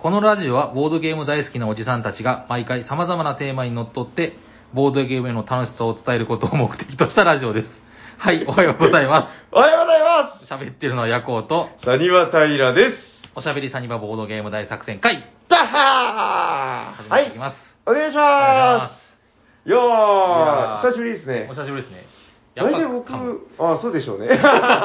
このラジオはボードゲーム大好きなおじさんたちが毎回様々なテーマにのっとってボードゲームへの楽しさを伝えることを目的としたラジオです。はい、おはようございます。 おはようございま喋ってるのはヤコウと、 す。サニバタイラです。 おしゃべりサニバボードゲーム大作戦会、 ダッハー始めていきます。 はい、お願いしお願いします。よー、久しぶりですね。 お久しぶりですね。 大体僕、そうでしょうね。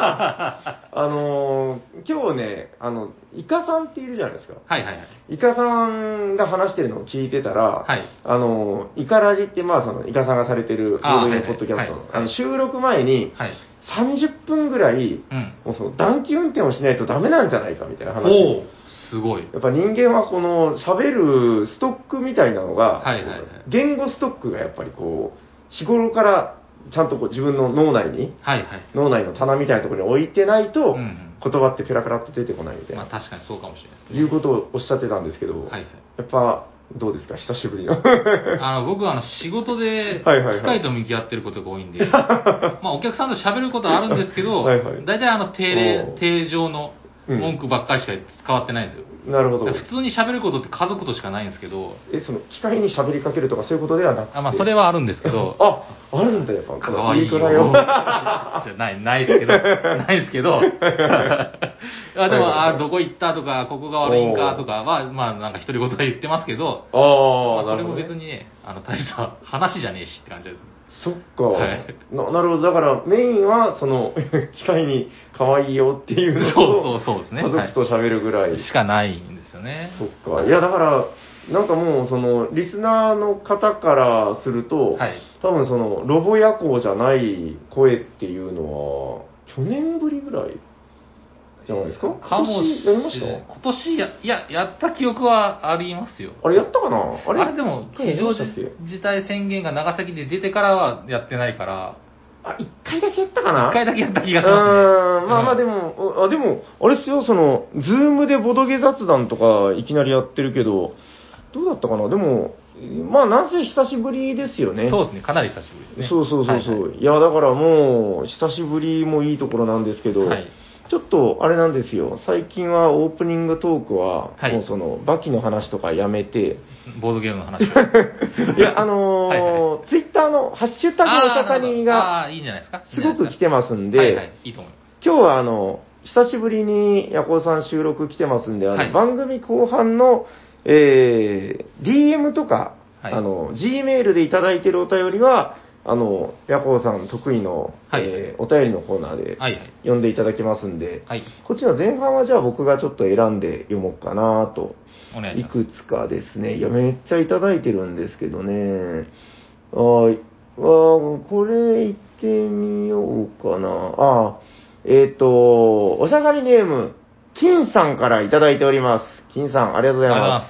今日ね、イカさんっているじゃないですか。 はいはいはい。 イカさんが話してるのを聞いてたら、 はいイカラジって、その、イカさんがされてるボードゲームポッドキャストの、 はいはい収録前に、 はい。 30分ぐらい、もうその暖気運転をしないとダメなんじゃないかみたいな話。 おー、すごい。 やっぱ人間はこの喋るストックみたいなのが、 はいはいはい。 言語ストックがやっぱりこう、日頃からちゃんとこう自分の脳内に、 はいはい。 脳内の棚みたいなところに置いてないと、 うんうん言葉ってペラペラって出てこないみたいな、 確かにそうかもしれないですね。 いうことをおっしゃってたんですけど、 はいはい。 やっぱどうですか、久しぶりの。 僕は仕事ではいはいはい機械と向き合ってることが多いんで、お客さんと喋ることはあるんですけど、 はいはい大体定常の文句ばっかりしか使わってないんですよ。 なるほど。 普通に喋ることって家族としかないんですけど、 その機械に喋りかけるとかそういうことではなくて。 それはあるんですけど、 あるんだやっぱ。 かわいいよ。 いい子だよ。 じゃないですけど、ないですけど、でも、どこ行ったとか、ここが悪いんかとかは、なんか独り言は言ってますけど、それも別にね、大した話じゃねえしって感じです。 そっか、 はい、 なるほど。だからメインはその機械に可愛いよっていうのとそうですね。 家族と喋るぐらい、 しかないんですよね。 そっか。いやだからなんかもうそのリスナーの方からすると、 はい、 多分そのロボ夜行じゃない声っていうのは去年ぶりぐらいじゃないですか。今年やりました？ 今年やった記憶はありますよ。 あれやったかな。あれでも非常事態宣言が長崎で出てからはやってないから。 1回だけやったかな。 1回だけやった気がしますね。 でもあれっすよ、そのズームでボドゲ雑談とかいきなりやってるけど、どうだったかな。でもなんせ久しぶりですよね。 そうですね、かなり久しぶりですね。 そう、はいはい、いやだからもう久しぶりもいいところなんですけど、はい、ちょっとあれなんですよ、最近はオープニングトークは、はい、もうそのバキの話とかやめて、 ボードゲームの話を。 いやツイッターのハッシュタグおしゃさにがいいんじゃないですか、 すごく来てますんで、 いいと思います。 今日は久しぶりにヤコウさん収録来てますんで、番組後半の、DM とか、G メールでいただいてるお便りは、ヤコウさん得意の、お便りのコーナーで読んでいただけますんで、こっちの前半はじゃあ僕がちょっと選んで読もうかなと。いくつかですね。いや、めっちゃいただいてるんですけどね。これいってみようかな。おしゃさりネーム、金さんからいただいております。金さん、ありがとうございます。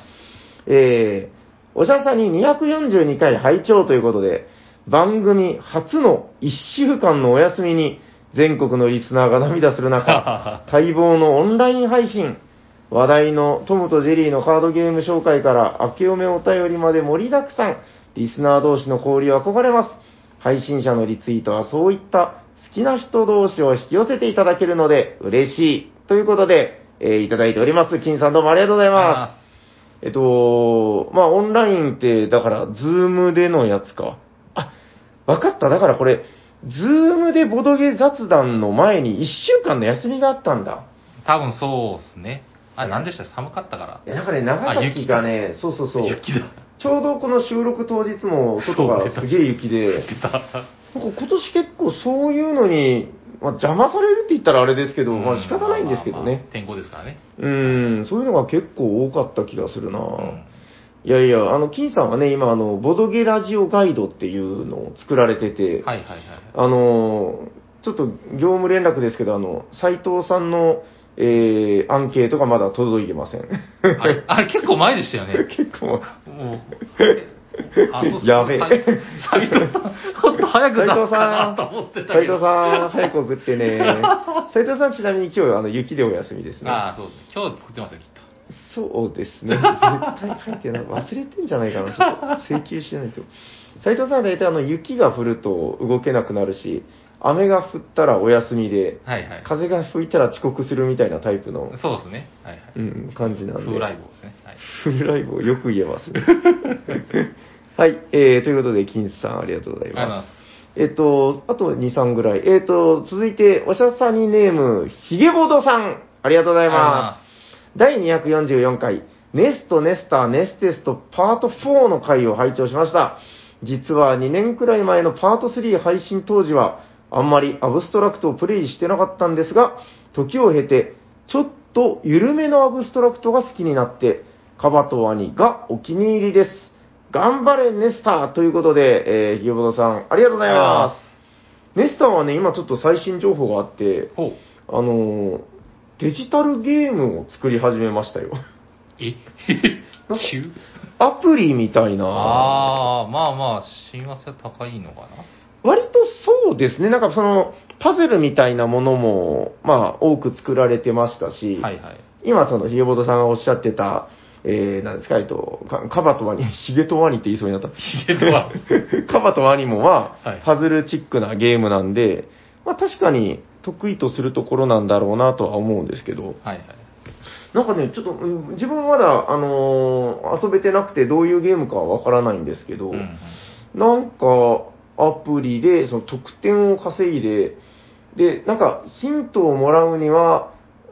おしゃさに242回拝聴ということで、番組初の1週間のお休みに全国のリスナーが涙する中、待望のオンライン配信、話題のトムとジェリーのカードゲーム紹介から明けおめお便りまで盛りだくさん、リスナー同士の交流は憧れます。配信者のリツイートはそういった好きな人同士を引き寄せていただけるので嬉しい。ということで、いただいております。金さんどうもありがとうございます。オンラインって、だから、ズームでのやつか。わかった。だからこれ、ズームでボドゲ雑談の前に1週間の休みがあったんだ。 多分そうですね。何でした？寒かったから。 なんかね、長崎がね、そう。 雪だ。 ちょうどこの収録当日も外がすげえ雪で、なんか今年結構そういうのに、邪魔されるって言ったらあれですけど、仕方ないんですけどね。 天候ですからね。 そういうのが結構多かった気がするな。いや、金さんはね、今、ボドゲラジオガイドっていうのを作られてて、ちょっと業務連絡ですけど、斉藤さんの、アンケートがまだ届いてません。 あれ結構前でしたよね。 結構前。 もう。やべえ。 斉藤さん、ほんと早く出すかなと思ってたけど。 斉藤さん、早く送ってね。斉藤さんちなみに今日、雪でお休みですね。 そうですね。今日作ってますよ、きっと。 そうですね。絶対書いてない。忘れてんじゃないかな。ちょっと請求しないと。斉藤さんは大体雪が降ると動けなくなるし、雨が降ったらお休みで、風が吹いたら遅刻するみたいなタイプの、 そうですね。 感じなんで。 風来坊ですね。 フルライブをよく言えますね。はい、ということで、金さんありがとうございます。あと2、3ぐらい。続いて、おしゃさにネーム、ひげぼどさん、ありがとうございます。第244回、ネスト、ネスター、ネステスト、パート4の回を拝聴しました。実は2年くらい前のパート3配信当時は、あんまりアブストラクトをプレイしてなかったんですが、時を経て、ちょっと緩めのアブストラクトが好きになって、カバとワニがお気に入りです。頑張れネスターということで、ひげぼどさん、ありがとうございます。ネスターはね、今ちょっと最新情報があって、デジタルゲームを作り始めましたよ。アプリみたいな。 まあまあ、親和性高いのかな。 割とそうですね。なんかその、パズルみたいなものも、まあ、多く作られてましたし、 はいはい、 今そのひげぼどさんがおっしゃってた、なんですか、カバとワニ、ヒゲとワニって言いそうになった。 ヒゲとワニ。カバとワニもは、パズルチックなゲームなんで、まあ確かに得意とするところなんだろうなとは思うんですけど、 はいはい、 なんかね、ちょっと、自分まだ、遊べてなくてどういうゲームかはわからないんですけど、なんか、アプリで、その得点を稼いで、で、なんか、ヒントをもらうには、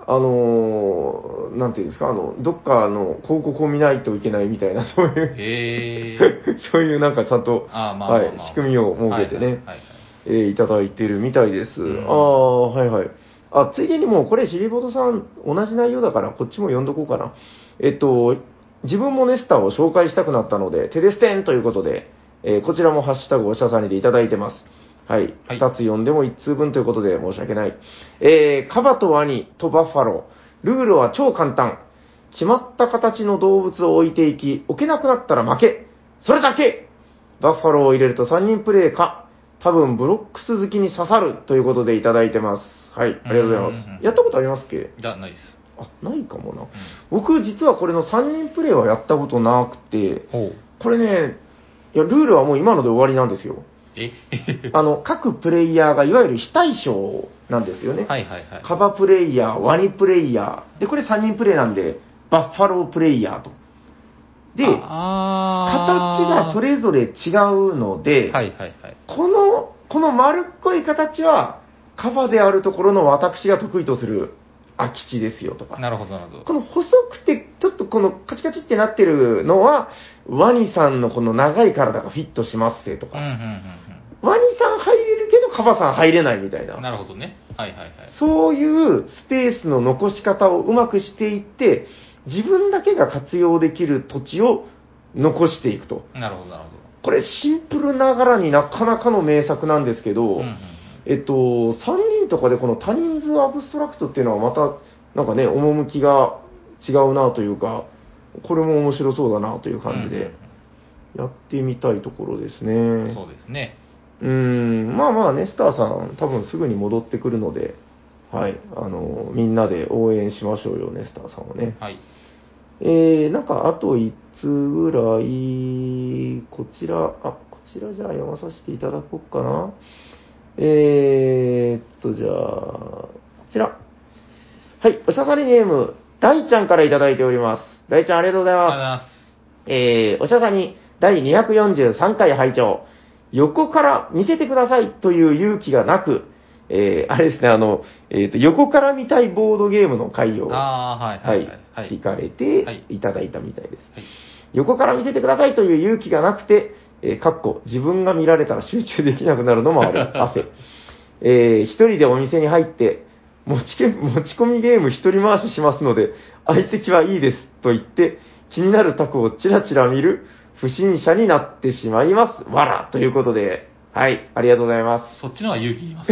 なんていうんですか、どっかの広告を見ないといけないみたいな、そういう、そういうなんかちゃんと、仕組みを設けてね、いただいてるみたいです。はいはい。ついでにもうこれ、ひげぼどさん、同じ内容だから、こっちも読んどこうかな。自分もネスターを紹介したくなったので、テデステンということで、こちらもハッシュタグおしゃさにでいただいてます。はい。2つ読んでも1通分ということで申し訳ない。カバとワニとバッファロー。ルールは超簡単。決まった形の動物を置いていき、置けなくなったら負け。それだけ。バッファローを入れると3人プレイか。多分ブロックス好きに刺さるということでいただいてます。はい。ありがとうございます。やったことありますっけ？ いや、ないです。 ないかもな。僕、実はこれの3人プレイはやったことなくて、これね、いや、ルールはもう今ので終わりなんですよ。各プレイヤーがいわゆる非対称なんですよね。カバプレイヤー、ワニプレイヤー。で、これ3人プレイなんで、バッファロープレイヤーと。で、形がそれぞれ違うので、この丸っこい形は、カバであるところの私が得意とする空き地ですよとか。 なるほど、なるほど。 この細くて、ちょっとこのカチカチってなってるのは、ワニさんのこの長い体がフィットしますせとか。ワニさん入れるけどカバさん入れないみたいな。 なるほどね。 そういうスペースの残し方をうまくしていって、自分だけが活用できる土地を残していくと。 なるほど、なるほど。 これシンプルながらになかなかの名作なんですけど、3人とかでこの多人数アブストラクトっていうのはまた、なんかね、趣が違うなというか、これも面白そうだなという感じで、やってみたいところですね。 そうですね。 まあまあ、ネスターさん、多分すぐに戻ってくるので、はい、みんなで応援しましょうよ、ネスターさんをね。 はい。 なんか、あと1通ぐらい、こちらじゃあ読まさせていただこうかな。じゃあ、こちら。はい、おしゃさりネーム、大ちゃんからいただいております。大ちゃんありがとうございます。 ありがとうございます。 おしゃさに第243回拝聴。横から見せてくださいという勇気がなく、あれですね、横から見たいボードゲームの回を、聞かれていただいたみたいです。横から見せてくださいという勇気がなくて、自分が見られたら集中できなくなるのもある。汗。一人でお店に入って、持ち込みゲーム一人回ししますので、相席はいいですと言って、気になるタコをチラチラ見る不審者になってしまいます。わらということで、はい、ありがとうございます。 そっちの方が勇気いります。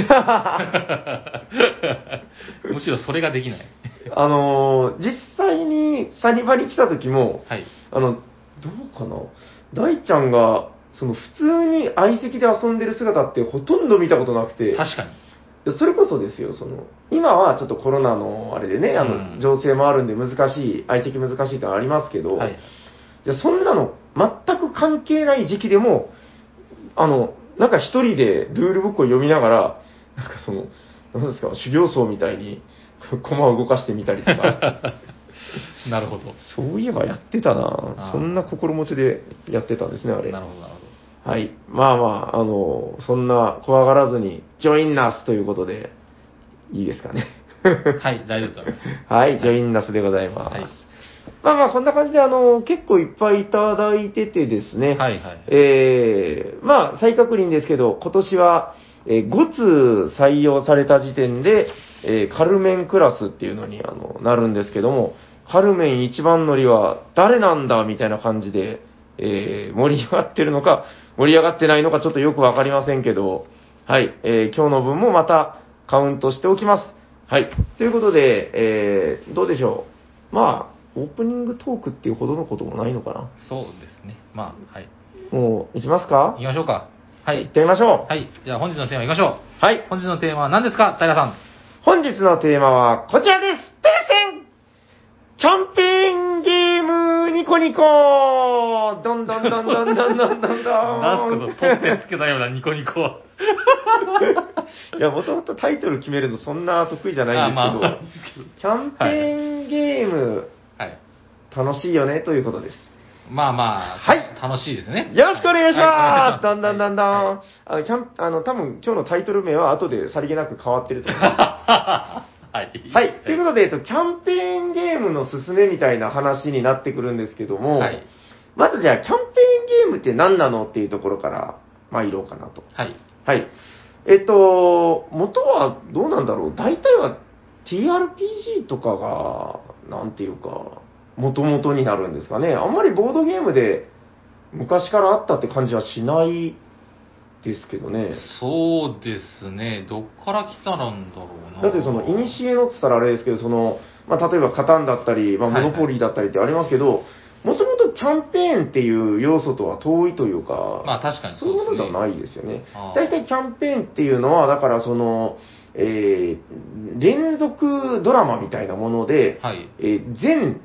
むしろそれができない。 実際にサニバに来た時も、どうかな、大ちゃんが、普通に相席で遊んでる姿ってほとんど見たことなくて。 確かに。 それこそですよ、今はちょっとコロナのあれでね、情勢もあるんで難しい、相席難しいってのはありますけど、そんなの全く関係ない時期でも、なんか一人でルールブックを読みながら、なんですか、修行僧みたいに駒を動かしてみたりとか、 なるほど。 そういえばやってたな。そんな心持ちでやってたんですね、あれ。 なるほど、なるほど。はい。まあまあ、そんな怖がらずに、ジョインナスということで、いいですかね。 はい、大丈夫と思います。 はい、ジョインナスでございます。 はい、 まあまあ、こんな感じで、結構いっぱいいただいててですね。 はいはい。 まあ、再確認ですけど、今年は、5通採用された時点で、カルメンクラスっていうのになるんですけども、カルメン一番乗りは誰なんだみたいな感じで、盛り上がってるのか、盛り上がってないのかちょっとよくわかりませんけど、はい、今日の分もまたカウントしておきます。はい。ということで、どうでしょう。まあ、オープニングトークっていうほどのこともないのかな。 そうですね。まあ、はい。 もう、行きますか？ 行きましょうか。はい。 行ってみましょう。 はい。じゃあ本日のテーマ行きましょう。 はい。 本日のテーマは何ですか、平さん。 本日のテーマはこちらです。テレセンキャンペーンゲームニコニコどんどんどんどんどんどんどんどん。 なんすか、取ってつけたようなニコニコ。 いや、もともとタイトル決めるのそんな得意じゃないんですけど、 まあキャンペーンゲーム、 はい、 楽しいよねということです。 まあまあ、 はい。 楽しいですね。 よろしくお願いします。 だだんだんだんだん。多分今日のタイトル名は後でさりげなく変わってると思います。はい。ということで、キャンペーンゲームの勧めみたいな話になってくるんですけども、はい、まずじゃあ、キャンペーンゲームって何なのっていうところから参ろうかなと。 はい。 はい。元はどうなんだろう。大体は TRPG とかが、なんていうか、元々になるんですかね。あんまりボードゲームで昔からあったって感じはしないですけどね。 そうですね。どっから来たなんだろうな。 だってその、イニシエのって言ったらあれですけど、まあ、例えばカタンだったり、まあ、モノポリーだったりってありますけど、もともとキャンペーンっていう要素とは遠いというか、 まあ確かにそういうものじゃないですよね。大体キャンペーンっていうのは、だから連続ドラマみたいなもので、 はい、 全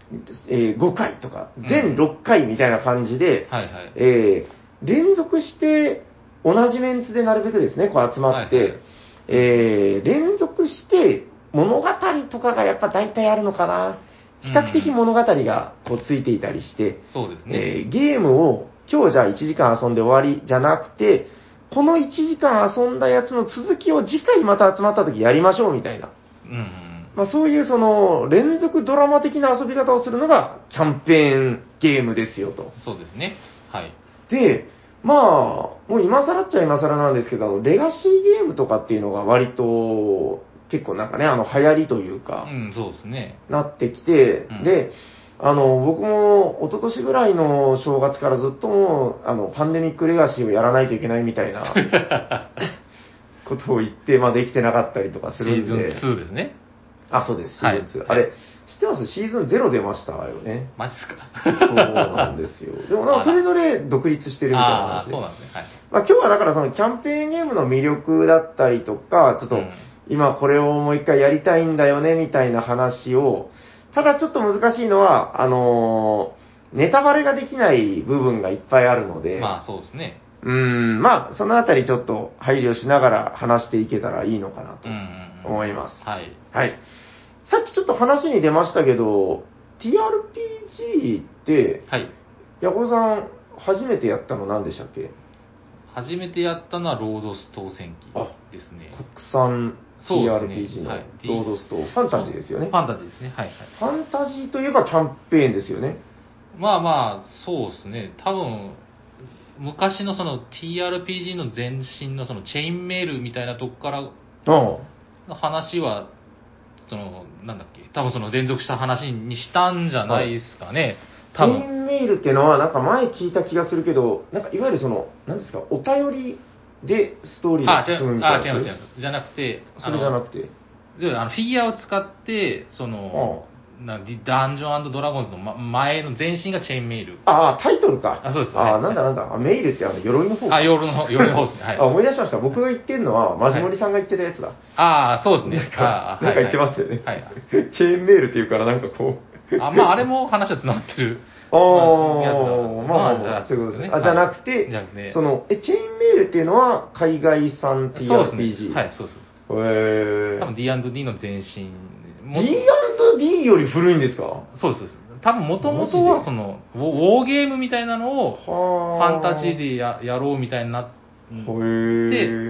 5回とか、全6回みたいな感じで、連続して同じメンツでなるべくですね、こう集まって、連続して物語とかがやっぱ大体あるのかな。比較的物語がこうついていたりして、 そうですね。 ゲームを今日じゃあ1時間遊んで終わりじゃなくて、この1時間遊んだやつの続きを次回また集まった時やりましょうみたいな。まあ、そういう連続ドラマ的な遊び方をするのがキャンペーンゲームですよと。 そうですね。はい。 で、まあ、もう今更っちゃ今更なんですけど、レガシーゲームとかっていうのが割と結構なんかね、流行りというか、 そうですね。 なってきて、で、僕も一昨年ぐらいの正月からずっともう、パンデミックレガシーをやらないといけないみたいなことを言って、まあできてなかったりとかするんで。 シーズン2ですね。 あ、そうです、シーズン2。あれ、知ってます？シーズン0出ましたよね。 マジっすか？ そうなんですよ。でもなんかそれぞれ独立してるみたいな話で。 そうなんですね。はい。 まあ今日はだからそのキャンペーンゲームの魅力だったりとか、ちょっと今これをもう一回やりたいんだよねみたいな話を、ただちょっと難しいのは、ネタバレができない部分がいっぱいあるので、 まあそうですね。 まあそのあたりちょっと配慮しながら話していけたらいいのかなと思います。 はい。 はい。さっきちょっと話に出ましたけど、TRPG って、 はい。 ヤコさん、初めてやったの何でしたっけ？ 初めてやったのはロードストー戦記ですね。 国産 TRPG のロードストー、ファンタジーですよね。 ファンタジーですね。はい、はい。 ファンタジーといえばキャンペーンですよね。 まあまあ、そうですね。多分、昔のその TRPG の前身のそのチェインメールみたいなとこからの話は、なんだっけ、多分その連続した話にしたんじゃないですかね。 チェインメールっていうのは、なんか前聞いた気がするけど、なんかいわゆるなんですか、お便りでストーリーが進むみたいな。 違います。じゃなくて、 それじゃなくて。 フィギュアを使って、ダンジョン&ドラゴンズの前の前身がチェインメール。 タイトルか。 そうです。 なんだ。メールって鎧の方か。 鎧の方ですね。はい。 思い出しました。僕が言ってるのは、マジモリさんが言ってたやつだ。 そうですね。 なんか言ってましたよね。 はい。 チェーンメールっていうからなんかこう。 まああれも話は繋がってる。 まあ、そういうことですね。じゃなくて、チェーンメールっていうのは海外産 TRPG。 はい、そう。多分 D&D の前身 D&D より古いんですか？ そうです。多分元々はその、ウォーゲームみたいなのを、ファンタジーでやろうみたいになって、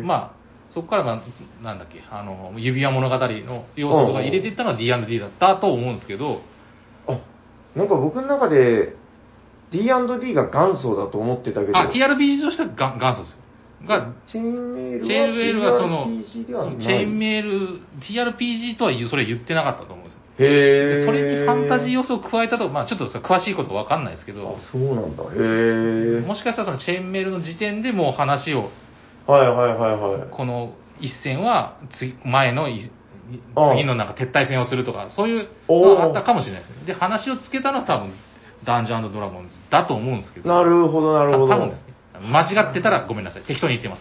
まあ、そこからなんだっけ、指輪物語の要素とか入れていったのが D&D だったと思うんですけど、 なんか僕の中で D&D が元祖だと思ってたけど。 TRPG としては元祖ですよ。 チェーンメールは TRPG ではない。 チェーンメール、TRPG とはそれ言ってなかったと思うんですよ。 へー。 それにファンタジー要素を加えたと、まあちょっと詳しいことわかんないですけど。 そうなんだ。へー。 もしかしたらそのチェーンメールの時点でもう話を、この一戦は前の次のなんか撤退戦をするとか、そういうのがあったかもしれないですね。で、話をつけたのは多分、ダンジョン&ドラゴンズだと思うんですけど。 なるほど。 多分ですね。間違ってたらごめんなさい。適当に言ってます。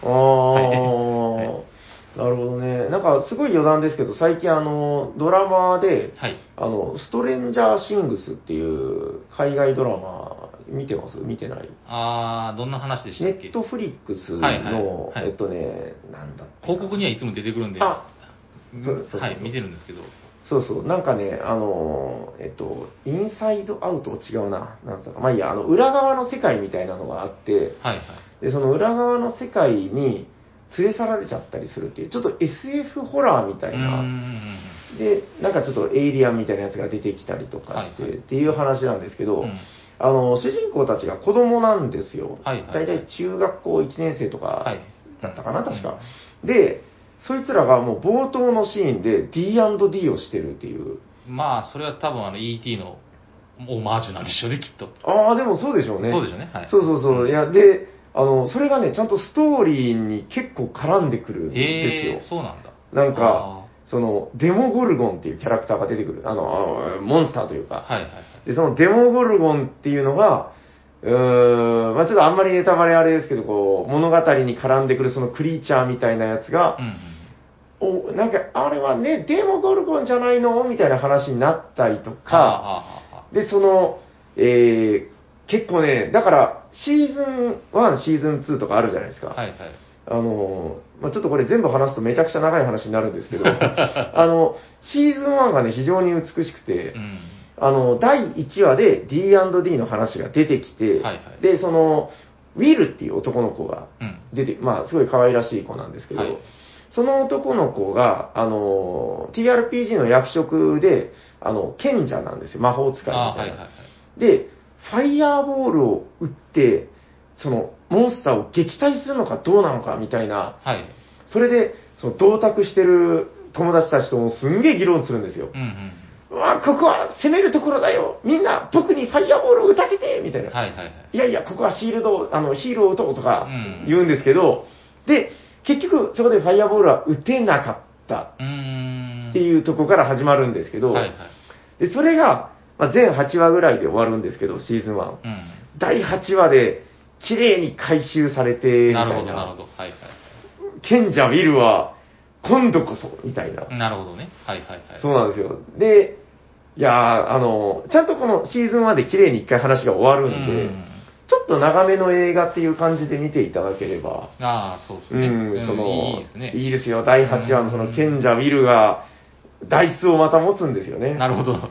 なるほどね。なんかすごい余談ですけど、最近ドラマで、ストレンジャーシングスっていう海外ドラマ見てます？見てない？ どんな話でしたっけ？ ネットフリックスの、なんだ広告にはいつも出てくるんで、見てるんですけど。 なんかね、インサイドアウト違うな。なんだか、まあいいや、裏側の世界みたいなのがあって、で、その裏側の世界に連れ去られちゃったりするっていう、ちょっと SF ホラーみたいな、で、なんかちょっとエイリアンみたいなやつが出てきたりとかして、っていう話なんですけど、主人公たちが子供なんですよ。だいたい中学校1年生とかだったかな、確か。で、そいつらがもう冒頭のシーンで D&D をしてるっていう。 まあ、それは多分ET のオマージュなんでしょうね、きっと。 でもそうでしょうね。 そうでしょうね。 そう。いや、で、それがね、ちゃんとストーリーに結構絡んでくるんですよ。 そうなんだ。 なんか、デモゴルゴンっていうキャラクターが出てくる。モンスターというか。で、そのデモゴルゴンっていうのが、まあちょっとあんまりネタバレあれですけど、こう、物語に絡んでくるそのクリーチャーみたいなやつが、なんか、あれはね、デモゴルゴンじゃないのみたいな話になったりとか、で、結構ね、だから、シーズン1、シーズン2とかあるじゃないですか。まあちょっとこれ全部話すとめちゃくちゃ長い話になるんですけど、シーズン1がね、非常に美しくて、第1話で D&D の話が出てきて、で、ウィルっていう男の子が出て、まあすごい可愛らしい子なんですけど、その男の子が、TRPG の役職で、賢者なんですよ。魔法使いみたいな。で、ファイヤーボールを撃って、モンスターを撃退するのかどうなのかみたいな、それで、同卓してる友達たちともすんげえ議論するんですよ。ここは攻めるところだよ。みんな僕にファイヤーボールを撃たせてみたいな。いやいや、ここはシールド、ヒールを撃とうとか言うんですけど、で、結局、そこでファイヤーボールは打てなかったっていうところから始まるんですけど、でそれが、全8話ぐらいで終わるんですけど、シーズン1。第8話で、綺麗に回収されて、みたいな。 なるほど。 賢者ウィルは、今度こそ、みたいな。 なるほどね。 そうなんですよ。で、いやちゃんとこのシーズン1で綺麗に一回話が終わるんで、ちょっと長めの映画っていう感じで見ていただければ。 そうですね。いいですね。 いいですよ。第8話のその賢者ウィルが、ダイスをまた持つんですよね。 なるほど。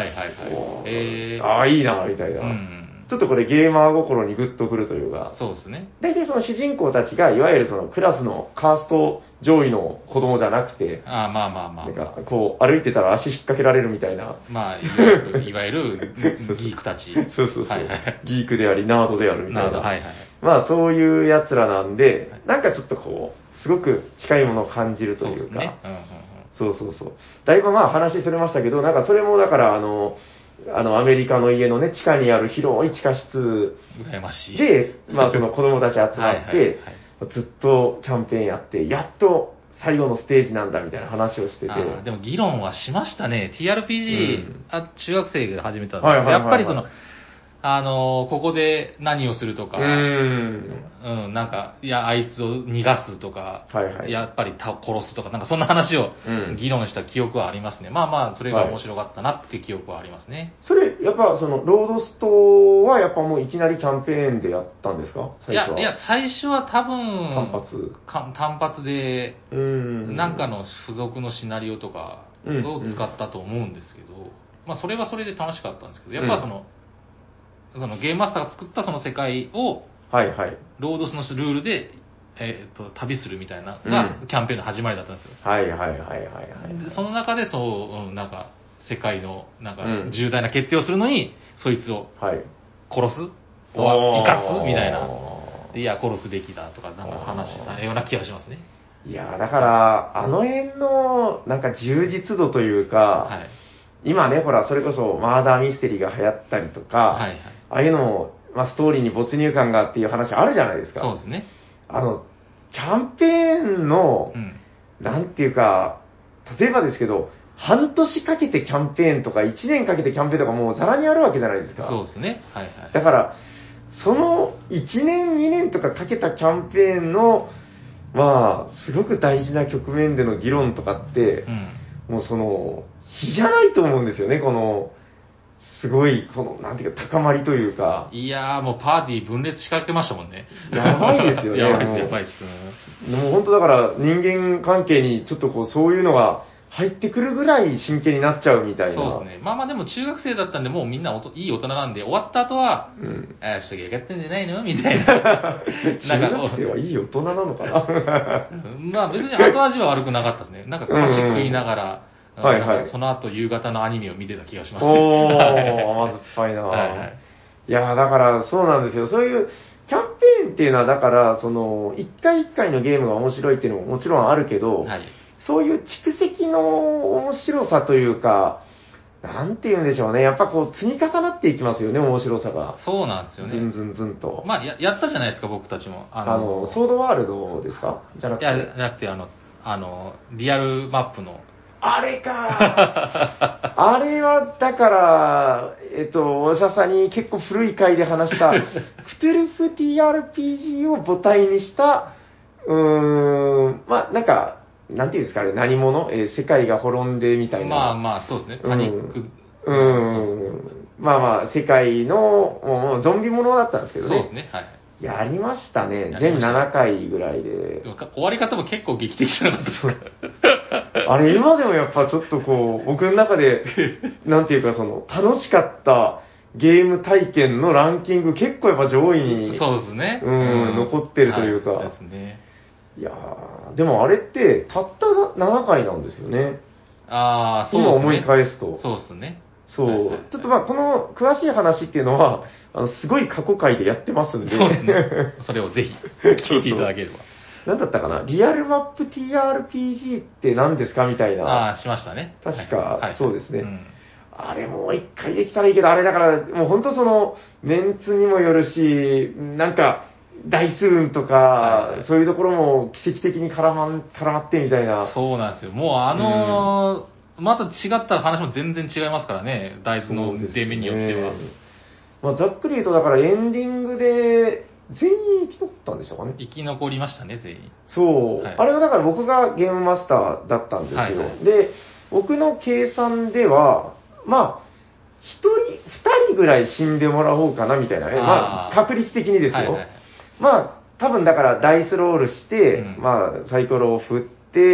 いいな、みたいな。ちょっとこれゲーマー心にグッとくるというか。 そうですね。 大体その主人公たちが、いわゆるそのクラスのカースト上位の子供じゃなくて、なんかこう歩いてたら足引っ掛けられるみたいな。 いわゆるギークたち。 そう。ギークであり、ナードであるみたいな。まあそういう奴らなんで、なんかちょっとこう、すごく近いものを感じるというか。そう。だいぶまあ話それましたけど、なんかそれもだからアメリカの家のね、地下にある広い地下室で、まあその子供たち集まって、ずっとキャンペーンやって、やっと最後のステージなんだみたいな話をしてて。 でも議論はしましたね。TRPG、中学生が始めたんですけど、やっぱりここで何をするとか、なんか、いや、あいつを逃がすとか、やっぱり殺すとか、なんかそんな話を議論した記憶はありますね。それが面白かったなって記憶はありますね。 それ、やっぱロードストはやっぱもういきなりキャンペーンでやったんですか？ いや、最初は多分、単発で、なんかの付属のシナリオとか、 を使ったと思うんですけど、まあそれはそれで楽しかったんですけど、やっぱそのゲームマスターが作ったその世界を、 はいはい。 ロードスのルールで、旅するみたいなのが、キャンペーンの始まりだったんですよ。 はいはいはいはいはい。 その中で、なんか、世界の、なんか、重大な決定をするのに、そいつを、殺す、生かすみたいな。いや、殺すべきだとか、なんか話したような気がしますね。 いやだから、あの辺の、なんか充実度というか、今ね、ほら、それこそ、マーダーミステリーが流行ったりとか、ああいうのも、まあ、ストーリーに没入感がっていう話あるじゃないですか。 そうですね。 キャンペーンの、なんていうか、例えばですけど、半年かけてキャンペーンとか、1年かけてキャンペーンとかもうザラにあるわけじゃないですか。 そうですね。 だから、その1年、2年とかかけたキャンペーンの、まあ、すごく大事な局面での議論とかって、もう比じゃないと思うんですよね、すごい、なんていうか、高まりというか。 いやー、もうパーティー分裂しかけてましたもんね。 やばいですよね。 やばいですね。 もう本当だから、人間関係にちょっとそういうのが入ってくるぐらい真剣になっちゃうみたいな。 そうですね。まあでも中学生だったんで、もうみんないい大人なんで、終わった後は、ちょっとゲーってんじゃないのみたいな。 中学生はいい大人なのかなまあ別に後味は悪くなかったですね。なんか菓子食いながら、その後夕方のアニメを見てた気がしますね。 甘酸っぱいないやだからそうなんですよ。そういうキャンペーンっていうのは、だから、一回一回のゲームが面白いっていうのももちろんあるけど、そういう蓄積の面白さというか、なんて言うんでしょうね。やっぱ積み重なっていきますよね、面白さが。 そうなんですよね。 ずんずんずんと。 まあ、やったじゃないですか、僕たちも。 ソードワールドですかじゃなくて。 いや、じゃなくて、リアルマップの。 あれかあれは、だから、おしゃさに結構古い回で話した、フテルフ TRPG を母体にした、まあ、なんか、なんていうんですかね、何者、世界が滅んでみたいな。 まあまあ、そうですね。パニック。 まあまあ、世界の、もうゾンビものだったんですけどね。 そうですね。はい。 やりましたね。全7回ぐらいで。 終わり方も結構劇的じゃなかったですか。 あれ、今でもやっぱちょっと僕の中で、なんていうか楽しかったゲーム体験のランキング結構やっぱ上位に、 そうですね。 残ってるというか。 ですね。 いやー、でもあれって、たった7回なんですよね。 ああ、そうですね。 今思い返すと。 そうですね。 そう。ちょっとまあ、この詳しい話っていうのは、すごい過去回でやってますんで。 そうですね。それをぜひ、聞いていただければ。 なんだったかなリアルマップ TRPG って何ですかみたいな。 ああ、しましたね。 確か、そうですね。あれもう一回できたらいいけど、あれだから、もう本当メンツにもよるし、なんか、台数運とか、そういうところも奇跡的に絡まってみたいな。 そうなんですよ。もうまた違った話も全然違いますからね。台数の出目によっては。 まあ、ざっくり言うと、だからエンディングで、全員生き残ったんでしょうかね。 生き残りましたね、全員。 そう。あれはだから僕がゲームマスターだったんですよ。で、僕の計算では、まあ、1人、2人ぐらい死んでもらおうかなみたいなね。まあ、確率的にですよ。まあ、多分だからダイスロールして、まあ、サイコロを振って、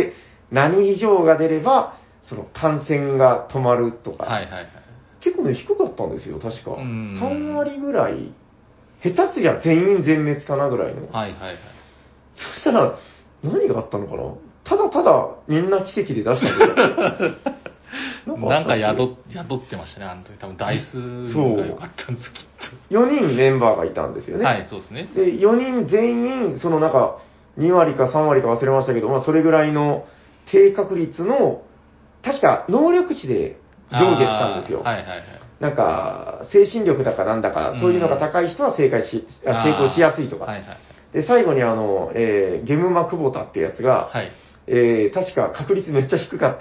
何以上が出れば、感染が止まるとか。結構ね、低かったんですよ、確か。3割ぐらい。下手すりゃ全員全滅かなぐらいの。そしたら、何があったのかなただただみんな奇跡で出したけど。なんか宿ってましたね、あの時。多分台数が良かったんです、きっと。 4人メンバーがいたんですよね。 はい、そうですね。 で、4人全員、なんか、2割か3割か忘れましたけど、まあ、それぐらいの低確率の、確か能力値で上下したんですよ。なんか、精神力だかなんだか、そういうのが高い人は成功しやすいとか。で、最後にゲムマクボタっていうやつが、確か確率めっちゃ低かった。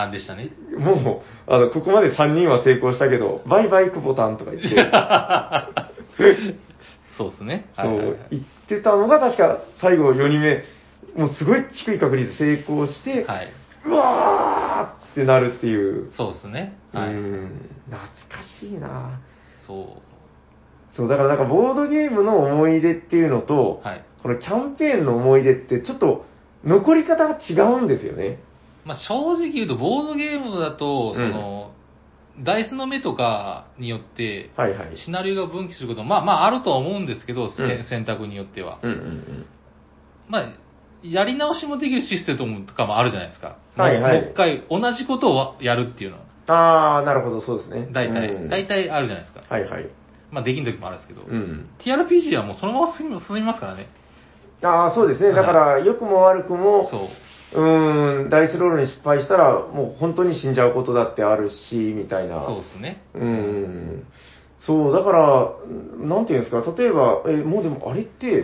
でしたね。 もう、ここまで3人は成功したけど、バイバイクボタンとか言って。 そうですね。 そう言ってたのが確か最後4人目、もうすごい低い確率成功して、うわーってなるっていう。 そうですね。 懐かしいなそう、 だからなんかボードゲームの思い出っていうのと、このキャンペーンの思い出ってちょっと残り方が違うんですよね。 まあ、正直言うと、ボードゲームだと、ダイスの目とかによって、シナリオが分岐することも、まああるとは思うんですけど、選択によっては。まあ、やり直しもできるシステムとかもあるじゃないですか。もう一回同じことをやるっていうのは。 ああ、なるほど、そうですね。 大体あるじゃないですか。まあできん時もあるんですけど、TRPG はもうそのまま進みますからね。 ああ、そうですね。だから、良くも悪くも、ダイスロールに失敗したら、もう本当に死んじゃうことだってあるし、みたいな。 そうですね。 そう、だから、なんていうんですか、例えば、もうでもあれって、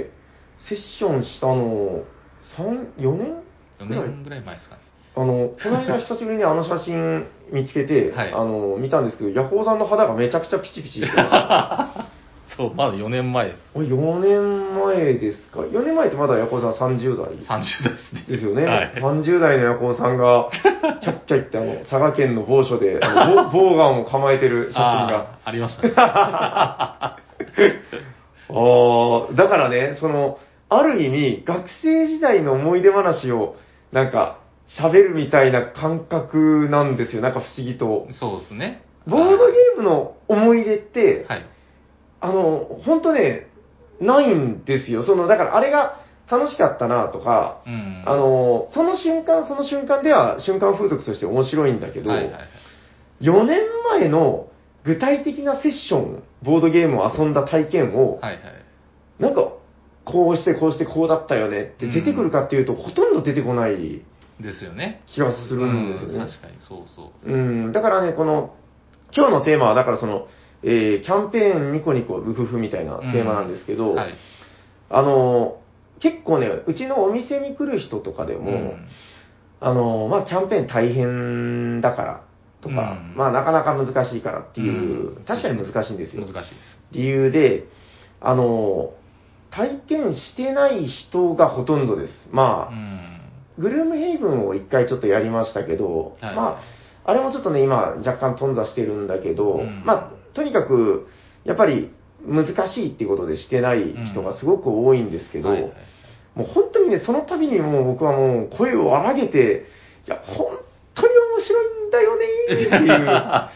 セッションしたの、4年 4年ぐらい前ですかね。 この間久しぶりにあの写真見つけて、見たんですけど、ヤホーさんの肌がめちゃくちゃピチピチしてました。 そう、まだ4年前です。 4年前ですか。4年前ってまだヤコウさん30代 ?30 代ですね。 ですよね。30代のヤコウさんが、キャッキャって佐賀県の某所で、ボウガンを構えてる写真が。 ありましたね。 だからね、ある意味、学生時代の思い出話を、なんか、喋るみたいな感覚なんですよ。なんか不思議と。 そうですね。 ボードゲームの思い出って、本当ね、ないんですよ。だからあれが楽しかったなとか、その瞬間では瞬間風俗として面白いんだけど、4年前の具体的なセッション、ボードゲームを遊んだ体験を、なんか、こうしてこうだったよねって出てくるかっていうと、ほとんど出てこないですよね。 気がするんですよね。 確かに、そう。 だからね、今日のテーマは、だからキャンペーンニコニコウフフみたいなテーマなんですけど、結構ね、うちのお店に来る人とかでも、まあ、キャンペーン大変だからとか、まあ、なかなか難しいからっていう、確かに難しいんですよ。 難しいです。 理由で、体験してない人がほとんどです。まあ、グルームヘイブンを一回ちょっとやりましたけど、まあ、あれもちょっとね、今若干頓挫してるんだけど、まあ、とにかく、やっぱり難しいっていうことでしてない人がすごく多いんですけど、もう本当にね、その度にもう僕はもう声を荒げて、いや、本当に面白いんだよねーっていう。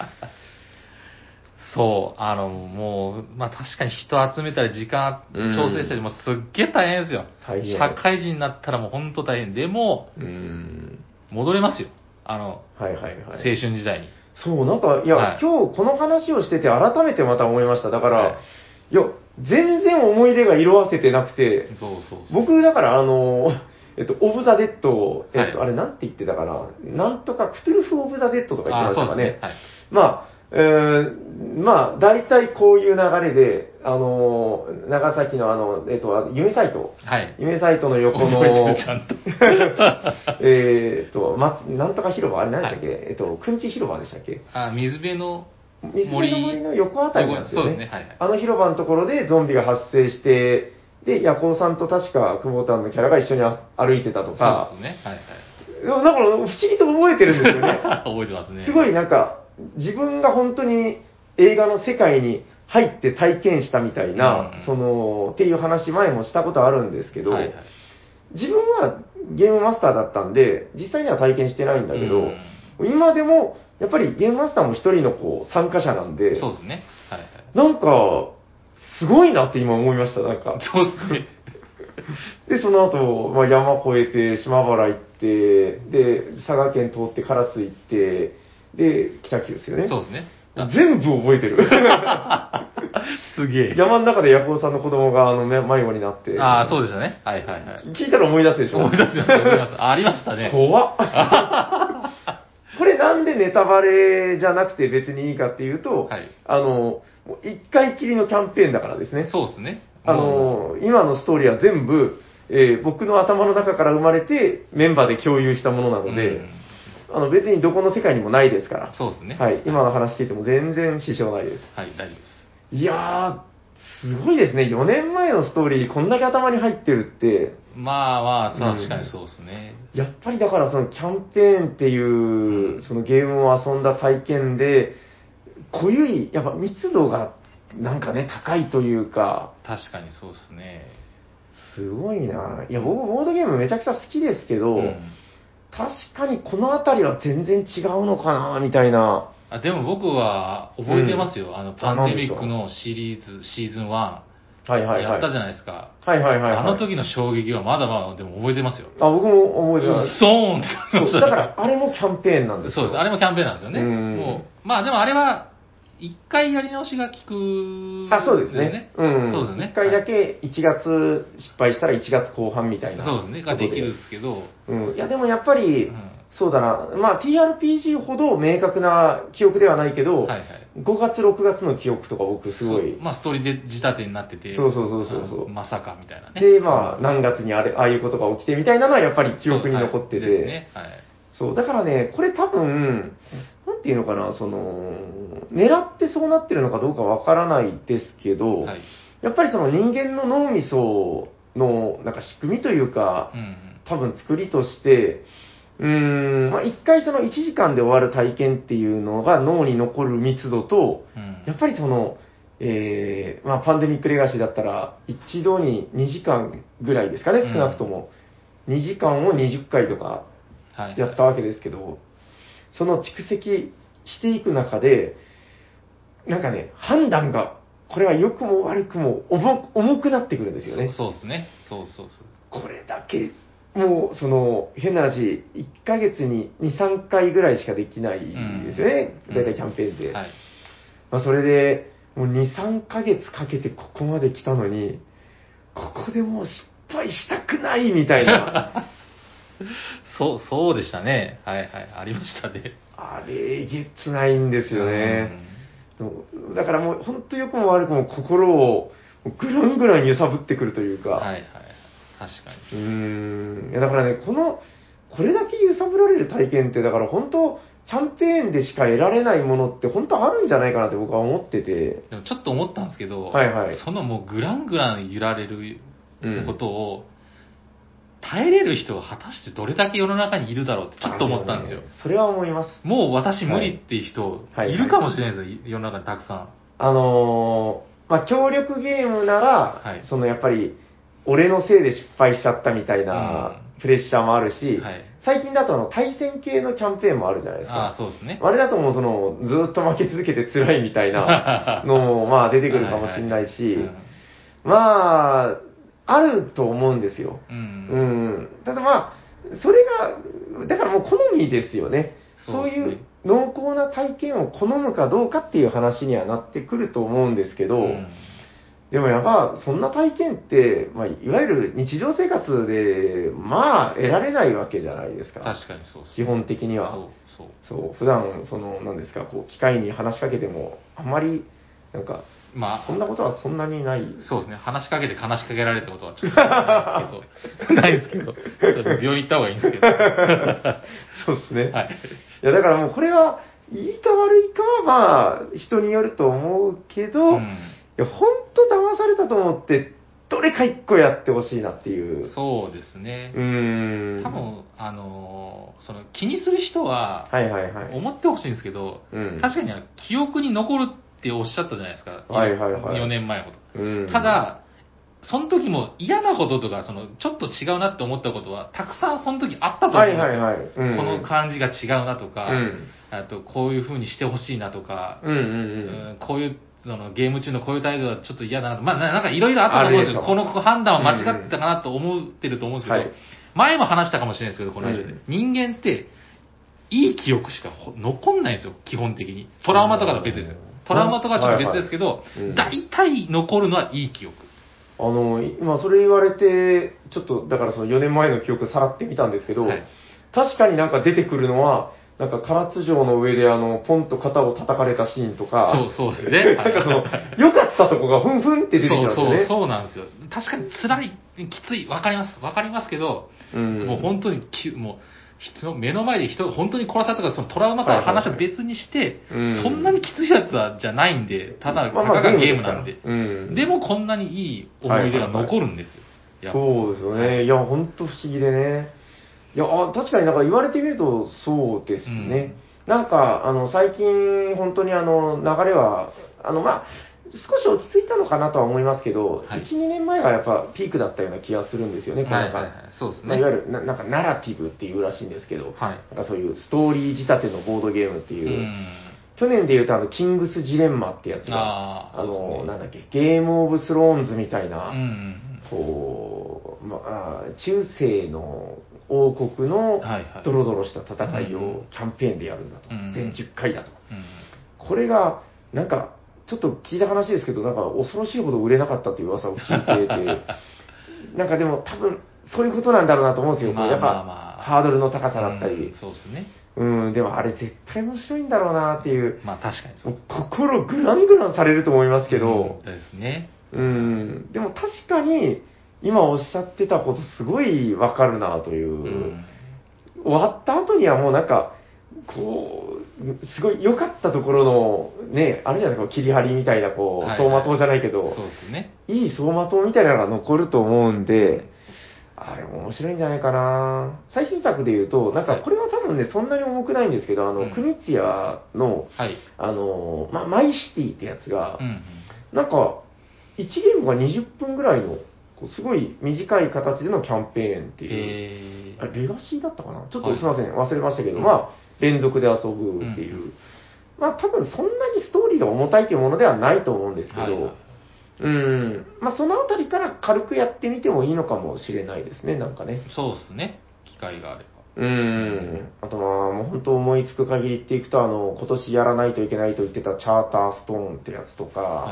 そう、もう、まあ確かに人集めたり時間調整したりもすっげえ大変ですよ。社会人になったらもう本当大変。でも、戻れますよ。青春時代に。 そう、なんか、いや、今日この話をしてて改めてまた思いました。だから、いや、全然思い出が色あせてなくて、僕、だから、オブ・ザ・デッド、あれなんて言ってたかな、なんとか、クトゥルフ・オブ・ザ・デッドとか言ってましたかね。まあ、大体こういう流れで、長崎の夢サイト。夢サイトの横の、なんとか広場、あれ何でしたっけ、くんち広場でしたっけ。 水辺の森の横あたりなんですよね。あの広場のところでゾンビが発生して、で、ヤコウさんと確か久保田のキャラが一緒に歩いてたとか。 そうですね。 だから不思議と覚えてるんですよね。 覚えてますね。 すごいなんか、自分が本当に映画の世界に入って体験したみたいな、っていう話前もしたことあるんですけど、自分はゲームマスターだったんで、実際には体験してないんだけど、今でも、やっぱりゲームマスターも一人の参加者なんで、 そうですね。 なんか、すごいなって今思いました、なんか。 そうですね。 で、その後、まあ、山越えて、島原行って、で、佐賀県通って唐津行って、で、北九ですよね。 そうですね。 全部覚えてる。 すげえ。 山の中でヤコウさんの子供が迷子になって。 そうでしたね。 聞いたら思い出すでしょ。 思い出す。ありましたね。 怖っ。これなんでネタバレじゃなくて別にいいかっていうと、一回きりのキャンペーンだからですね。 そうですね。 今のストーリーは全部、僕の頭の中から生まれてメンバーで共有したものなので、別にどこの世界にもないですから。 そうですね。 今の話聞いても全然支障ないです。 大丈夫です。 いやー、すごいですね。4年前のストーリー、こんだけ頭に入ってるって。 まあ、確かにそうですね。 やっぱりだからそのキャンペーンっていう、そのゲームを遊んだ体験で、濃ゆい、やっぱ密度がなんかね、高いというか。 確かにそうですね。 すごいな。いや、僕、ボードゲームめちゃくちゃ好きですけど、 確かにこのあたりは全然違うのかな、みたいな。 でも僕は覚えてますよ。パンデミックのシーズン1。 はいはいはい。 やったじゃないですか。 はいはいはい、はい。 あの時の衝撃はまだまだでも覚えてますよ。 僕も覚えてます。 ソーンってそうだから、あれもキャンペーンなんですよ。 そうです。あれもキャンペーンなんですよね。もう、まあでもあれは、一回やり直しが効く、 そうですね。 そうですね。 一回だけ1月失敗したら1月後半みたいな。 そうですね。ができるんですけど。 いやでもやっぱり、そうだな。まあ TRPG ほど明確な記憶ではないけど、はいはい、5月6月の記憶とか僕すごい。 まあストーリーで仕立てになってて。 そうまさかみたいなね。 で、まあ何月にああいうことが起きてみたいなのはやっぱり記憶に残ってて。 ですね。はい。 そう、だからね、これ多分、なんていうのかな、狙ってそうなってるのかどうかわからないですけど、はい、やっぱりその人間の脳みそのなんか仕組みというか、多分作りとして、まあ、一回その1時間で終わる体験っていうのが脳に残る密度と、やっぱりまあ、パンデミックレガシーだったら、一度に2時間ぐらいですかね、少なくとも。2時間を20回とかやったわけですけど、その蓄積していく中で、なんかね、判断が、これは良くも悪くも重くなってくるんですよね。 そうですね。そう。 これだけ、もう、変な話、1ヶ月に2、3回ぐらいしかできないんですよね。だいたいキャンペーンで。はい、まあ、それで、もう2、3ヶ月かけてここまで来たのに、ここでもう失敗したくないみたいな。 そうでしたね。はいはい、ありましたね。 あれ、えげつないんですよね。だからもう、本当良くも悪くも心をぐらんぐらん揺さぶってくるというか。 はいはい。確かに。だからね、これだけ揺さぶられる体験って、だから本当、キャンペーンでしか得られないものって本当あるんじゃないかなって僕は思ってて。 でもちょっと思ったんですけど、 はいはい、 そのもうグラングラン揺られることを、耐えれる人は果たしてどれだけ世の中にいるだろうってちょっと思ったんですよ。 それは思います。 もう私無理っていう人、いるかもしれないですよ、世の中にたくさん。 まあ、協力ゲームなら、やっぱり、俺のせいで失敗しちゃったみたいなプレッシャーもあるし、最近だと対戦系のキャンペーンもあるじゃないですか。 そうですね。 あれだともうずっと負け続けて辛いみたいなのも、まあ出てくるかもしれないし、まあ、あると思うんですよ。ただまあ、それが、だからもう好みですよね。そういう濃厚な体験を好むかどうかっていう話にはなってくると思うんですけど、でもやっぱそんな体験って、まあ、いわゆる日常生活で、まあ得られないわけじゃないですか。 確かにそうです、ね。 基本的には。そう。普段、何ですか、機械に話しかけても、あんまり、なんか、まあ、そんなことはそんなにない。 そうですね。話しかけて話しかけられたことはちょっとないですけど、病院行った方がいいんですけど。 そうですね。 はい。 いや、だからもうこれは、いいか悪いかはまあ、人によると思うけど、いや、本当騙されたと思って、どれか一個やってほしいなっていう。 そうですね。多分、気にする人は、思ってほしいんですけど、確かに記憶に残るっておっしゃったじゃないですか。4年前のこと。ただ、その時も嫌なこととか、ちょっと違うなって思ったことは、たくさんその時あったと思うんですよ。この感じが違うなとか、あとこういう風にしてほしいなとか、こういう、ゲーム中のこういう態度はちょっと嫌だなと。まあ、なんかいろいろあったと思うんですよ。この判断は間違ってたかなと思ってると思うんですけど、前も話したかもしれないですけど、このラジオで。人間って、いい記憶しか残んないんですよ、基本的に。トラウマとかとは別ですよ。トラウマとかはちょっと別ですけど、大体残るのはいい記憶。 今それ言われて、ちょっと、だからその4年前の記憶さらってみたんですけど、確かになんか出てくるのは、なんか唐津城の上でポンと肩を叩かれたシーンとか、 そうですね。 なんか良かったとこがふんふんって出てきたんですよね。 そうなんですよ。確かに辛い、きつい、わかりますけど、もう本当にもう、目の前で人が本当に殺されたとか、そのトラウマとか話は別にして、そんなにきついやつはじゃないんで、ただ、たかがゲームなんで。でもこんなにいい思い出が残るんですよ。 そうですよね。いや、本当不思議でね。いや、確かになんか言われてみるとそうですね。なんか、最近、本当に流れは、 まあ、少し落ち着いたのかなとは思いますけど、 はい 1、2年前がやっぱピークだったような気がするんですよね、この中、 そうですね。 まあ、いわゆるなんかナラティブっていうらしいんですけど、 はい。 なんかそういうストーリー仕立てのボードゲームっていう、 うん去年で言うとキングスジレンマってやつが、 そうですねなんだっけ、ゲームオブスローンズみたいな、 うんこう、まあ、中世の王国のはいはいドロドロした戦いうんをキャンペーンでやるんだと。 うん全10回だと。 うんこれが、なんか、ちょっと聞いた話ですけど、なんか恐ろしいほど売れなかったっていう噂を聞いてて、なんかでも多分、そういうことなんだろうなと思うんですよ。やっぱ、ハードルの高さだったり。 そうですね。 でもあれ絶対面白いんだろうなっていう。 まあ確かにそうです。 心グラングランされると思いますけど。 ですね。 でも確かに、今おっしゃってたことすごいわかるなという。終わった後にはもうなんか、こう、すごい良かったところの、ね、あれじゃないですか、切り張りみたいな、こう、走馬灯じゃないけど、 そうですね。 いい走馬灯みたいなのが残ると思うんで、あれも面白いんじゃないかな。最新作で言うと、なんかこれは多分ね、そんなに重くないんですけど、国津屋の、 はい。 マイシティってやつが、 うんなんか、1ゲームが20分ぐらいの、こうすごい短い形でのキャンペーンっていう、レガシーだったかなちょっとすいません、忘れましたけど、まあ、連続で遊ぶっていう、まあ多分そんなにストーリーが重たいというものではないと思うんですけど、まあそのあたりから軽くやってみてもいいのかもしれないですね、なんかね。 そうですね。機会があれば。 あとまあ、もう本当思いつく限り言っていくと、今年やらないといけないと言ってたチャーターストーンってやつとか、 はい。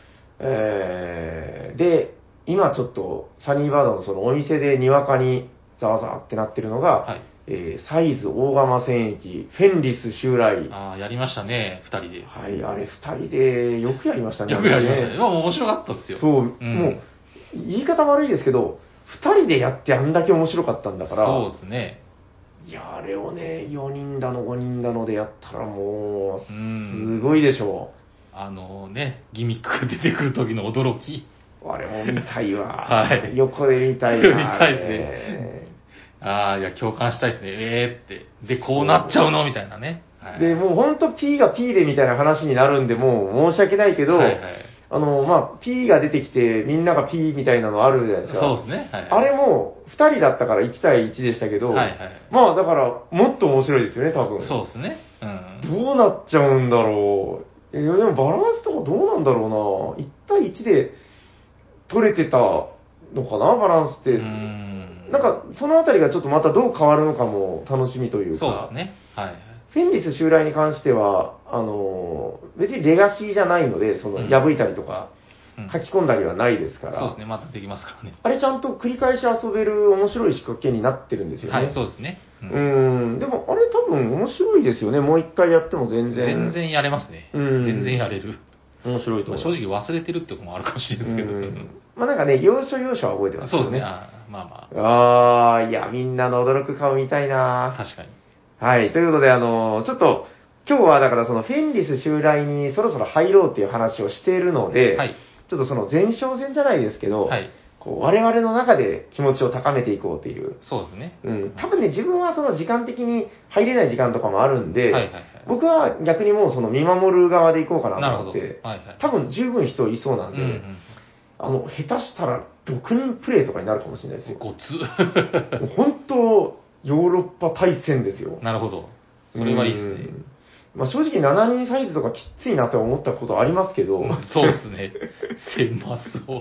で、今ちょっとサニーバードのそのお店でにわかにザワザワってなってるのが、 はい。 サイズ大釜戦役、フェンリス襲来。 ああ、やりましたね、二人で。 はい、あれ二人でよくやりましたね。 よくやりましたね。まあ面白かったっすよ。 そう、もう、言い方悪いですけど、二人でやってあんだけ面白かったんだから。 そうですね。 いや、あれをね、4人だの5人だのでやったらもう、すごいでしょう。ギミックが出てくる時の驚き。 あれも見たいわ。 はい。 横で見たいわ。 見たいですね。ああ、いや、共感したいですね。って。で、こうなっちゃうのみたいなね。 はい、で、もうほんと P が P でみたいな話になるんで、もう申し訳ないけど、まあ、P が出てきて、みんなが P みたいなのあるじゃないですか。 そうですね。 あれも、2人だったから1対1でしたけど、まあ、だから、もっと面白いですよね、多分。 そうですね。 どうなっちゃうんだろう。でもバランスとかどうなんだろうな。1対1で取れてたのかな、バランスって。なんか、そのあたりがちょっとまたどう変わるのかも楽しみというか。 そうですね。はい。 フェンリス襲来に関しては、別にレガシーじゃないので、破いたりとか、書き込んだりはないですから、 そうですね、またできますからね。 あれちゃんと繰り返し遊べる面白い仕掛けになってるんですよね。 はい、そうですね。 でもあれ多分面白いですよね。もう一回やっても全然。 全然やれますね。全然やれる。 面白いと思う。 正直忘れてるってこともあるかもしれないですけど。 まあなんかね、要所要所は覚えてますね。 そうですね。まあ。 いや、みんなの驚く顔見たいな確かに。 はい、ということで、ちょっと、今日はだからそのフェンリス襲来にそろそろ入ろうっていう話をしているので、 はい、 ちょっとその前哨戦じゃないですけど、 はい、 こう我々の中で気持ちを高めていこうっていう。 そうですね。 多分ね、自分はその時間的に入れない時間とかもあるんで、僕は逆にもうその見守る側でいこうかなと思って、多分十分人いそうなんで、下手したら6人プレイとかになるかもしれないですよ。 ごつ。 本当、ヨーロッパ対戦ですよ。 なるほど。それはいいっすね。 まあ、正直7人サイズとかきついなと思ったことありますけど。 そうですね。狭そう。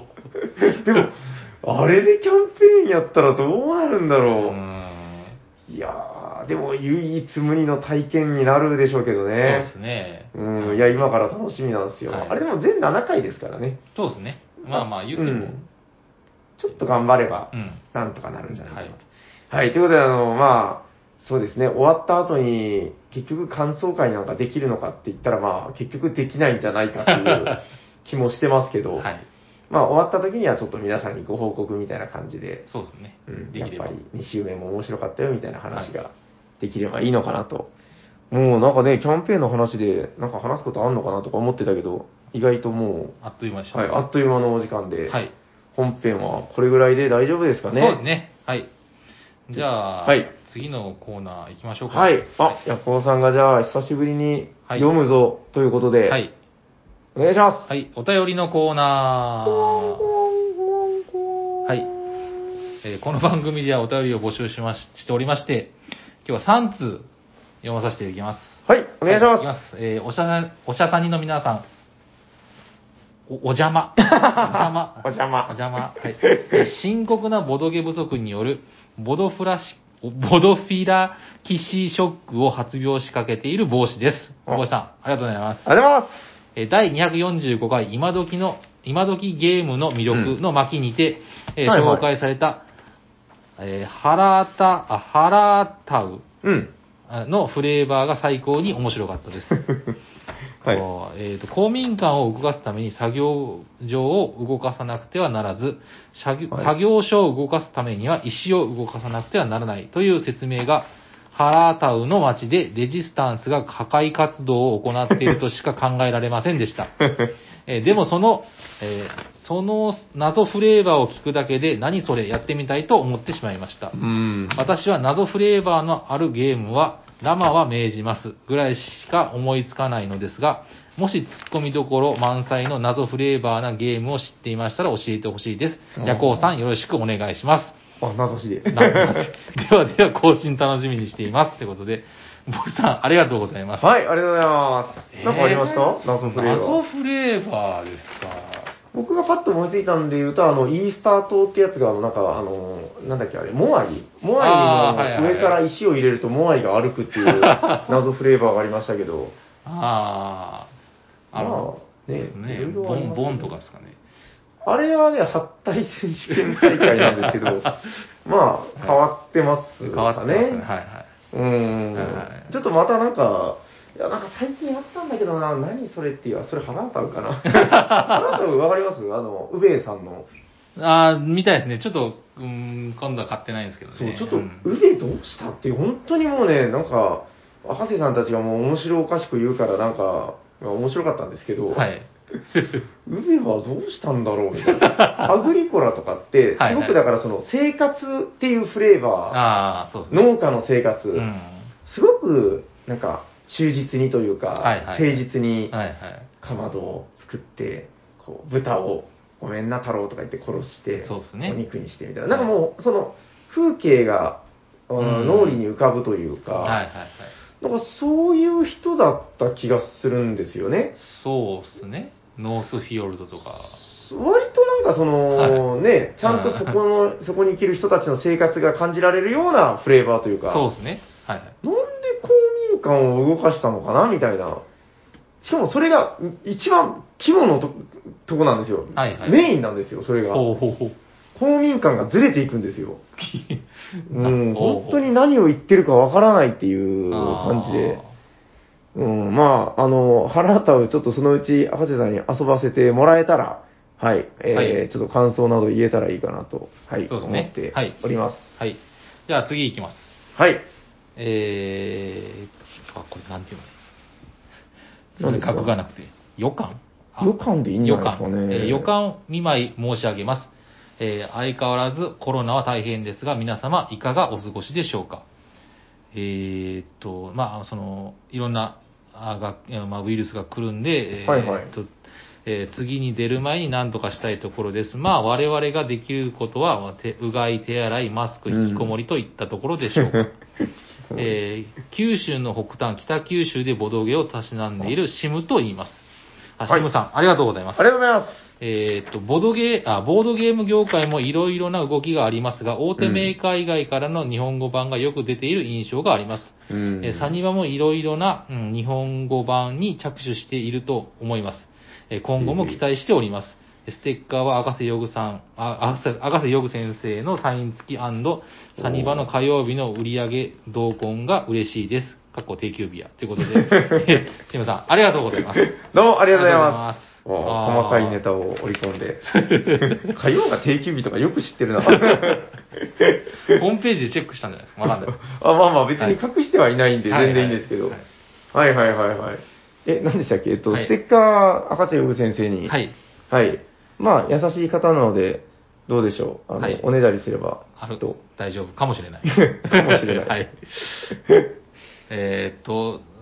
でも、あれでキャンペーンやったらどうなるんだろう。いやー、でも唯一無二の体験になるでしょうけどね。 そうですね。 いや、今から楽しみなんですよ。あれでも全7回ですからね。 そうですね。まあまあ言っても。 ちょっと頑張れば、なんとかなるんじゃないかなと。はい、ということで、まあ、そうですね、終わった後に、結局感想会なんかできるのかって言ったら、まあ、結局できないんじゃないかっていう気もしてますけど、まあ、終わった時にはちょっと皆さんにご報告みたいな感じで、 そうですね。 やっぱり2週目も面白かったよみたいな話ができればいいのかなと。もうなんかね、キャンペーンの話で、なんか話すことあんのかなとか思ってたけど、意外ともう、 あっという間でしたね。はい、あっという間のお時間で、本編はこれぐらいで大丈夫ですかね。 そうですね。はい。じゃあ、次のコーナー行きましょうか。 はい。ヤコウさんがじゃあ久しぶりに読むぞということで、 お願いします。 はい、お便りのコーナー。はい。この番組ではお便りを募集しておりまして、今日は3通読まさせていただきます。 はい、お願いします。 はい、おしゃさにの皆さん、お邪魔。お邪魔。はい。深刻なボドゲ不足によるボドフィラキシーショックを発病しかけている帽子です。帽子さん、ありがとうございます。 ありがとうございます。 第245回今時ゲームの魅力の巻にて、紹介された、ハラータウのフレーバーが最高に面白かったです。はい公民館を動かすために作業場を動かさなくてはならず、作業所を動かすためには石を動かさなくてはならないという説明が、ハラータウの街でレジスタンスが破壊活動を行っているとしか考えられませんでした。でもその謎フレーバーを聞くだけで何それやってみたいと思ってしまいました。私は謎フレーバーのあるゲームはラマは命じますぐらいしか思いつかないのですが、もしツッコミどころ満載の謎フレーバーなゲームを知っていましたら教えてほしいです。ヤコウさんよろしくお願いします。 謎しで。 では更新楽しみにしています。ということで、僕さんありがとうございます。 はい、ありがとうございます。なんかありました謎フレーバー。 謎フレーバーですか。 僕がパッと思いついたんで言うと、イースター島ってやつが、なんだっけあれ、モアイの上から石を入れるとモアイが歩くっていう謎フレーバーがありましたけど。 ボンとかですかね。 あれはね、はったり選手権大会なんですけど、まあ、変わってますね。 変わってますね。はいはい。 ちょっとまたなんか最近やったんだけどな、何それっていう、それハラータウかな。ハラータウわかります？ウベイさんの。 みたいですね。ちょっと、今度は買ってないんですけどね。 そう、ちょっと、ウベイどうしたっていう、本当にもうね、博士さんたちがもう面白おかしく言うから、面白かったんですけど、はい。ウベはどうしたんだろうみたいな。アグリコラとかって、すごくだからその生活っていうフレーバー、そうですね、農家の生活、すごく忠実にというか、誠実にかまどを作って、豚をごめんな太郎とか言って殺して、お肉にしてみたいな。もう、その風景が脳裏に浮かぶというか、そういう人だった気がするんですよね。 そうですね。ノースフィヨルドとか。 割とちゃんとそこに生きる人たちの生活が感じられるようなフレーバーというか。 そうですね。はい。 なんで公民館を動かしたのかなみたいな。しかもそれが一番規模のとこなんですよ。メインなんですよ、それが。公民館がずれていくんですよ。本当に何を言ってるかわからないっていう感じで。ハラータウちょっとそのうち博士さんに遊ばせてもらえたら、はい、ちょっと感想など言えたらいいかなと、はい、思っております。 はい。じゃあ次行きます。 はい。 これなんていうの？額がなくて。予感でいいんじゃないですかね。 予感見舞い申し上げます。相変わらずコロナは大変ですが、皆様いかがお過ごしでしょうか。いろんなウイルスが来るんで、次に出る前に何とかしたいところです。我々ができることは、うがい、手洗い、マスク、引きこもりといったところでしょうか。九州の北端、北九州でボドゲをたしなんでいるシムと言います。シムさん、ありがとうございます。 ありがとうございます。 ボードゲーム業界もいろいろな動きがありますが、大手メーカー以外からの日本語版がよく出ている印象があります。サニバもいろいろな、日本語版に着手していると思います。今後も期待しております。ステッカーは赤瀬ヨグ先生のサイン付き&サニバの火曜日の売上同梱が嬉しいです。定休日や。ということで、シムさん、ありがとうございます。 どうもありがとうございます。細かいネタを織り込んで。火曜が定休日とかよく知ってるな。 ホームページでチェックしたんじゃないですか。わかんないです。 別に隠してはいないんで全然いいんですけど。はい。何でしたっけステッカー、赤瀬ヨグ先生に。はい。優しい方なので、どうでしょう。おねだりすれば、きっと。 大丈夫かもしれない。 かもしれない。 はい。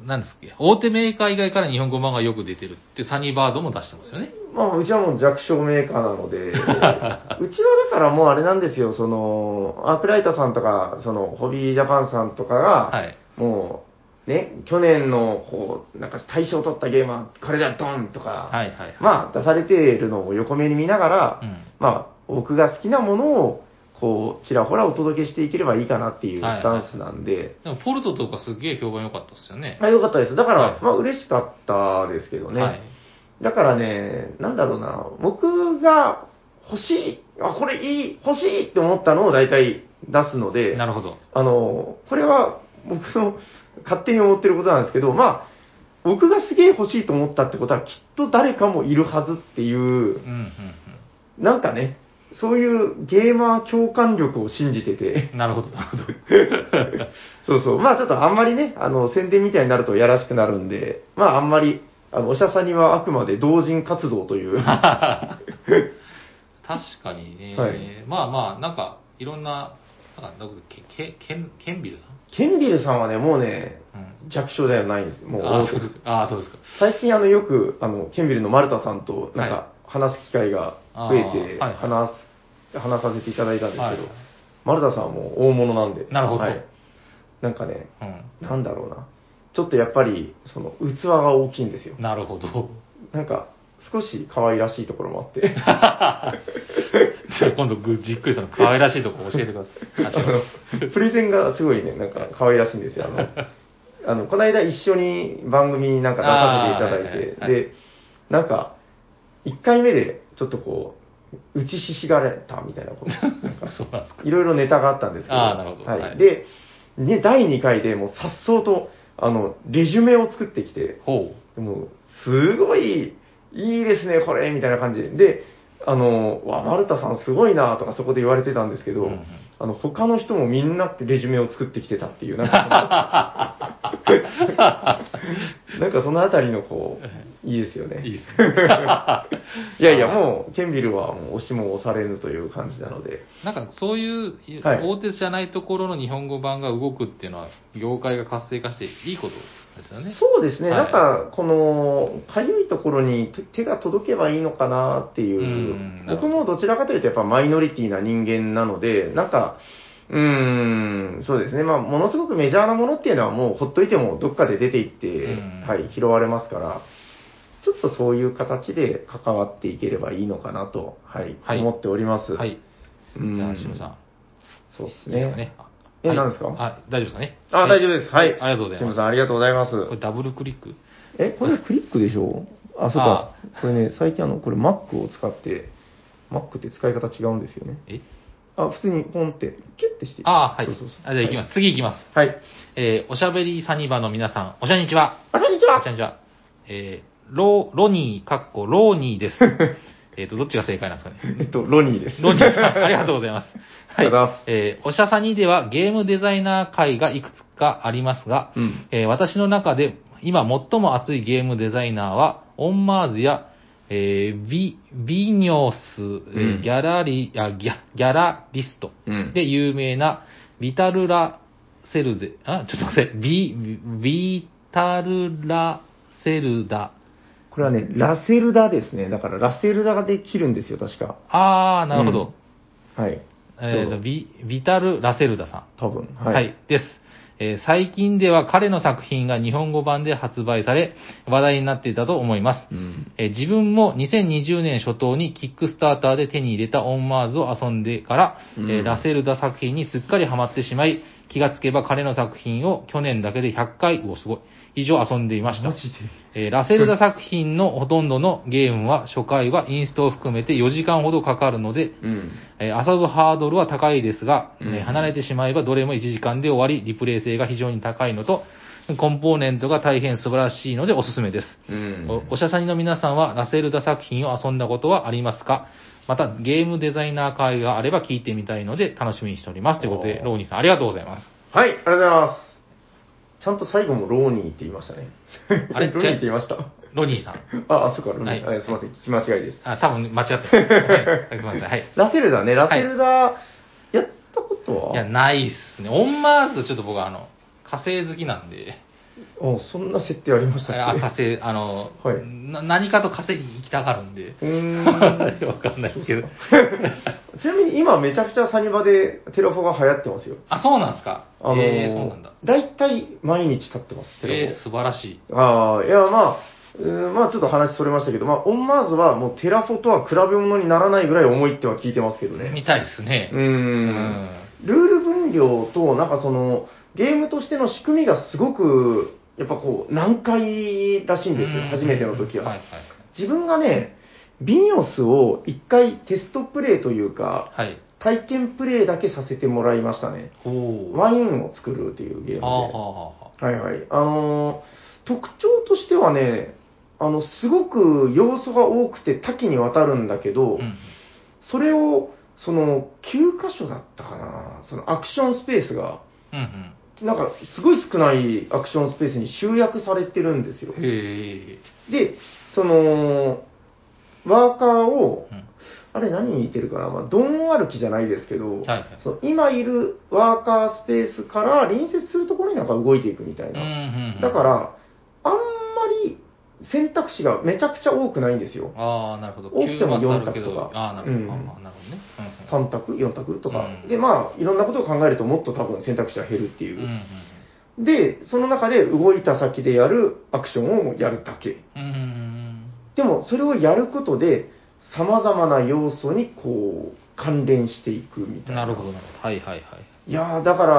なんですっけ、大手メーカー以外から日本語版がよく出てるってサニーバードも出してますよね。 まあ、うちはもう弱小メーカーなので、うちはだからもうあれなんですよ、アークライタさんとか、ホビージャパンさんとかが、 はい、 もう、ね、去年の、なんか大賞を取ったゲームは、これだ、ドンとか、 はいはいはい、 まあ、出されているのを横目に見ながら、まあ、僕が好きなものを、ちらほらお届けしていければいいかなっていうスタンスなんで。 でも、ポルトとかすげえ評判良かったですよね。 良かったです。だから、まあ、嬉しかったですけどね。だからね、なんだろうな、僕が欲しい、これいい、欲しいって思ったのを大体出すので、 なるほど。 これは僕の勝手に思ってることなんですけど、まあ、僕がすげえ欲しいと思ったってことはきっと誰かもいるはずっていう、なんかね、そういうゲーマー共感力を信じてて。 なるほど、なるほど。 そうそう。まあちょっとあんまりね、宣伝みたいになるとやらしくなるんで、まああんまり、おしゃさにはあくまで同人活動という。 確かにね。はい、まあまあ、なんか、いろんな、なんか、ケンビルさんケンビルさんはね、もうね、弱小ではないんです。もうそうですか。 最近よく、ケンビルの丸田さんと、なんか、話す機会が増えて、話させていただいたんですけど、丸田さんはもう大物なんで。 なるほど。 なんかね、なんだろうな。ちょっとやっぱり、器が大きいんですよ。 なるほど。 なんか、少し可愛らしいところもあって。じゃあ今度じっくりその可愛らしいところ教えてください。プレゼンがすごいね、なんか可愛らしいんですよ。この間一緒に番組になんか出させていただいて、で、なんか、1回目でちょっと打ちひしがれたみたいなこと。なんかそうなんですか。 いろいろネタがあったんですけど。 なるほど。 はい。で、ね、第2回でもう颯爽と、レジュメを作ってきて、もう、すごい、いいですね、これ、みたいな感じで。で、丸田さんすごいなとかそこで言われてたんですけど、他の人もみんなってレジュメを作ってきてたっていう、なんかそのあたりのいいですよね。 いいですね。 いやいや、もう、ケンビルはもう押しも押されぬという感じなので。 なんかそういう大手じゃないところの日本語版が動くっていうのは、業界が活性化していいことですよね。 そうですね。なんか、かゆいところに手が届けばいいのかなっていう。僕もどちらかというとやっぱマイノリティな人間なので、なんか、そうですね。まあ、ものすごくメジャーなものっていうのはもうほっといてもどっかで出ていって、はい、拾われますから、ちょっとそういう形で関わっていければいいのかなと、はい、思っております。 はい。じゃあ、しむさん。 そうですね。いいですかね。何ですか？ 大丈夫ですかね。 大丈夫です。はい。 ありがとうございます。 しむさん、ありがとうございます。 これダブルクリック？ これクリックでしょ？そうか。これね、最近これ Mac を使って、Mac って使い方違うんですよね。普通にポンって、キュッてして。 はい。じゃあ行きます。次行きます。 はい。 おしゃべりサニバの皆さん、おしゃにちは。 おしゃにちは。 おしゃにちは。ロニー、ローニーです。どっちが正解なんですかね。 ロニーです。 ロニーさん、ありがとうございます。はい。おしゃさにではゲームデザイナー会がいくつかありますが、私の中で今最も熱いゲームデザイナーは、オンマーズや、ビニョス、ギャラリストで有名なビタルラセルゼ、ちょっと待って、ビタルラセルダ。 これはね、ラセルダですね。だからラセルダができるんですよ、確か。 なるほど。 はい。 ビタル・ラセルダさん。 多分。 はい。です。最近では彼の作品が日本語版で発売され、話題になっていたと思います。自分も2020年初頭にキックスターターで手に入れたオンマーズを遊んでから、ラセルダ作品にすっかりハマってしまい、気がつけば彼の作品を去年だけで100回、すごい、以上遊んでいました。 マジでラセルダ作品のほとんどのゲームは初回はインストを含めて4時間ほどかかるので、遊ぶハードルは高いですが、離れてしまえばどれも1時間で終わり、リプレイ性が非常に高いのと、コンポーネントが大変素晴らしいのでおすすめです。おしゃさにの皆さんはラセルダ作品を遊んだことはありますか？またゲームデザイナー会があれば聞いてみたいので楽しみにしております。ということで、ローニーさんありがとうございます。 はい、ありがとうございます。ちゃんと最後もローニーって言いましたね。 あれローニーって言いました。 ロニーさん。 そうか、ロニー。すみません、聞き間違いです。 多分間違ってます。はい、ごめんなさい。はい。 ラセルダね、ラセルダ、やったことは？ いや、ないっすね。オンマーズちょっと僕火星好きなんで。 あ、そんな設定ありましたっけ？ 稼い、はい、何かと稼ぎに行きたがるんで。わかんないですけど。 ちなみに今めちゃくちゃサニバでテラフォが流行ってますよ。 あ、そうなんですか。そうなんだ。 だいたい毎日立ってます、 素晴らしい。 いや、まあちょっと話それましたけど、オンマーズはもうテラフォとは比べ物にならないぐらい重いっては聞いてますけどね。 みたいですね。 ルール分量と、なんかゲームとしての仕組みがすごく、やっぱ難解らしいんですよ、初めての時は。はいはい、自分がね、ビニオスを一回テストプレイというか、はい、体験プレイだけさせてもらいましたね。ワインを作るっていうゲームで。はいはい。特徴としてはね、すごく要素が多くて多岐にわたるんだけど、それを、9箇所だったかな、アクションスペースが、なんか、すごい少ないアクションスペースに集約されてるんですよ。で、ワーカーを、あれ何に似てるかな、ドン歩きじゃないですけど、今いるワーカースペースから隣接するところになんか動いていくみたいな。だから、あんまり選択肢がめちゃくちゃ多くないんですよ。 ああ、なるほど。 多くても4択とか。 ああ、なるほど。なるほどね。 3択 ?4 択とか。で、いろんなことを考えるともっと多分選択肢は減るっていう。で、その中で動いた先でやるアクションをやるだけ。でも、それをやることで、様々な要素に関連していくみたいな。 なるほど、なるほど。はいはいはい。 いやー、だから、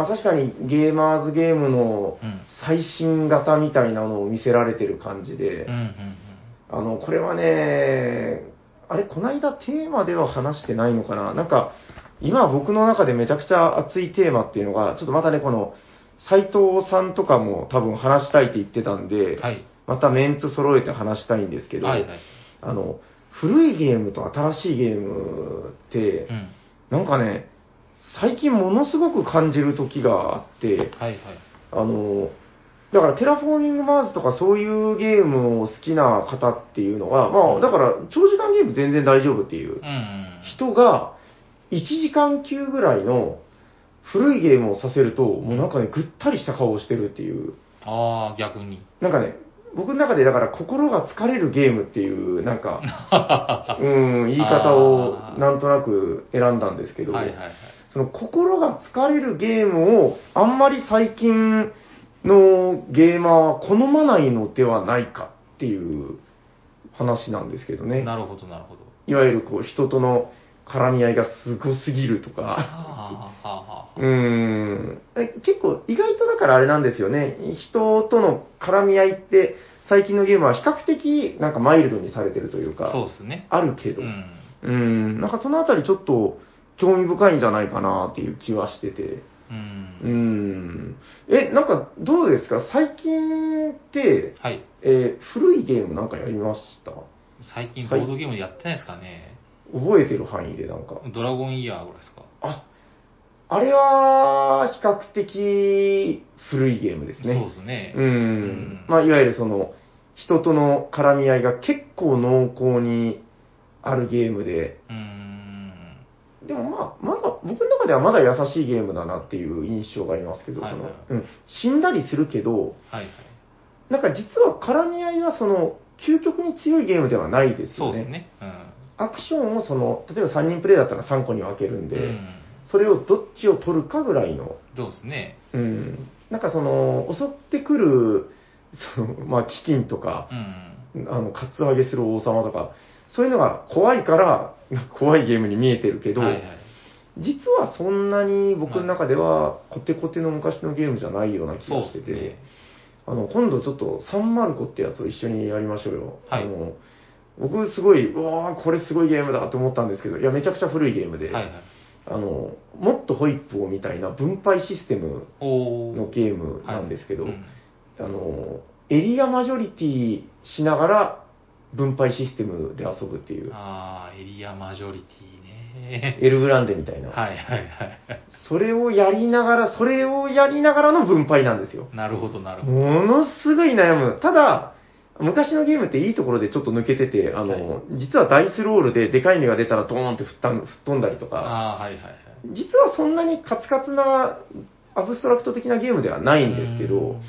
確かにゲーマーズゲームの最新型みたいなのを見せられてる感じで、これはね、あれ、こないだテーマでは話してないのかな、なんか、今僕の中でめちゃくちゃ熱いテーマっていうのが、ちょっとまたね、斉藤さんとかも多分話したいって言ってたんで、はい、またメンツ揃えて話したいんですけど、はいはい、古いゲームと新しいゲームって、なんかね、最近ものすごく感じる時があって、はいはい、だからテラフォーミングマーズとかそういうゲームを好きな方っていうのは、だから長時間ゲーム全然大丈夫っていう人が1時間級ぐらいの古いゲームをさせると、もうなんかね、ぐったりした顔をしてるっていう。 ああ、逆に。 なんかね、僕の中でだから心が疲れるゲームっていう、なんか、言い方をなんとなく選んだんですけど、はいはいはい、その心が疲れるゲームをあんまり最近のゲーマーは好まないのではないかっていう話なんですけどね。 なるほど、なるほど。 いわゆる人との絡み合いがすごすぎるとか。結構意外とだからあれなんですよね。人との絡み合いって最近のゲームは比較的なんかマイルドにされてるというか。 そうですね。 あるけど。なんかそのあたりちょっと興味深いんじゃないかなっていう気はしてて。なんかどうですか最近って、はい、古いゲームなんかやりました？ 最近ボードゲームやってないですかね。 覚えてる範囲でなんか。 ドラゴンイヤーぐらいですか。 あれは比較的古いゲームですね。 そうですね。 いわゆる人との絡み合いが結構濃厚にあるゲームで。でもまだ、僕の中ではまだ優しいゲームだなっていう印象がありますけど、死んだりするけど、はいはい、なんか実は絡み合いは究極に強いゲームではないですよね。 そうですね。 アクションを例えば3人プレイだったら3個に分けるんで、それをどっちを取るかぐらいの。 そうですね。 なんか襲ってくる、飢饉とか、カツアゲする王様とか、そういうのが怖いから、怖いゲームに見えてるけど、はいはい、実はそんなに僕の中ではコテコテの昔のゲームじゃないような気がしてて、ね、今度ちょっとサンマルコってやつを一緒にやりましょうよ。はい、僕すごい、うわーこれすごいゲームだと思ったんですけど、いやめちゃくちゃ古いゲームで、はいはい、もっとホイップをみたいな分配システムのゲームなんですけど、エリアマジョリティしながら分配システムで遊ぶっていう。 エリアマジョリティね。 エルグランデみたいな。 はいはいはい。 それをやりながらの分配なんですよ。 なるほどなるほど。 ものすごい悩む。ただ、昔のゲームっていいところでちょっと抜けてて、実はダイスロールででかい目が出たらドーンって吹っ飛んだりとか、 はいはいはい、 実はそんなにカツカツなアブストラクト的なゲームではないんですけど、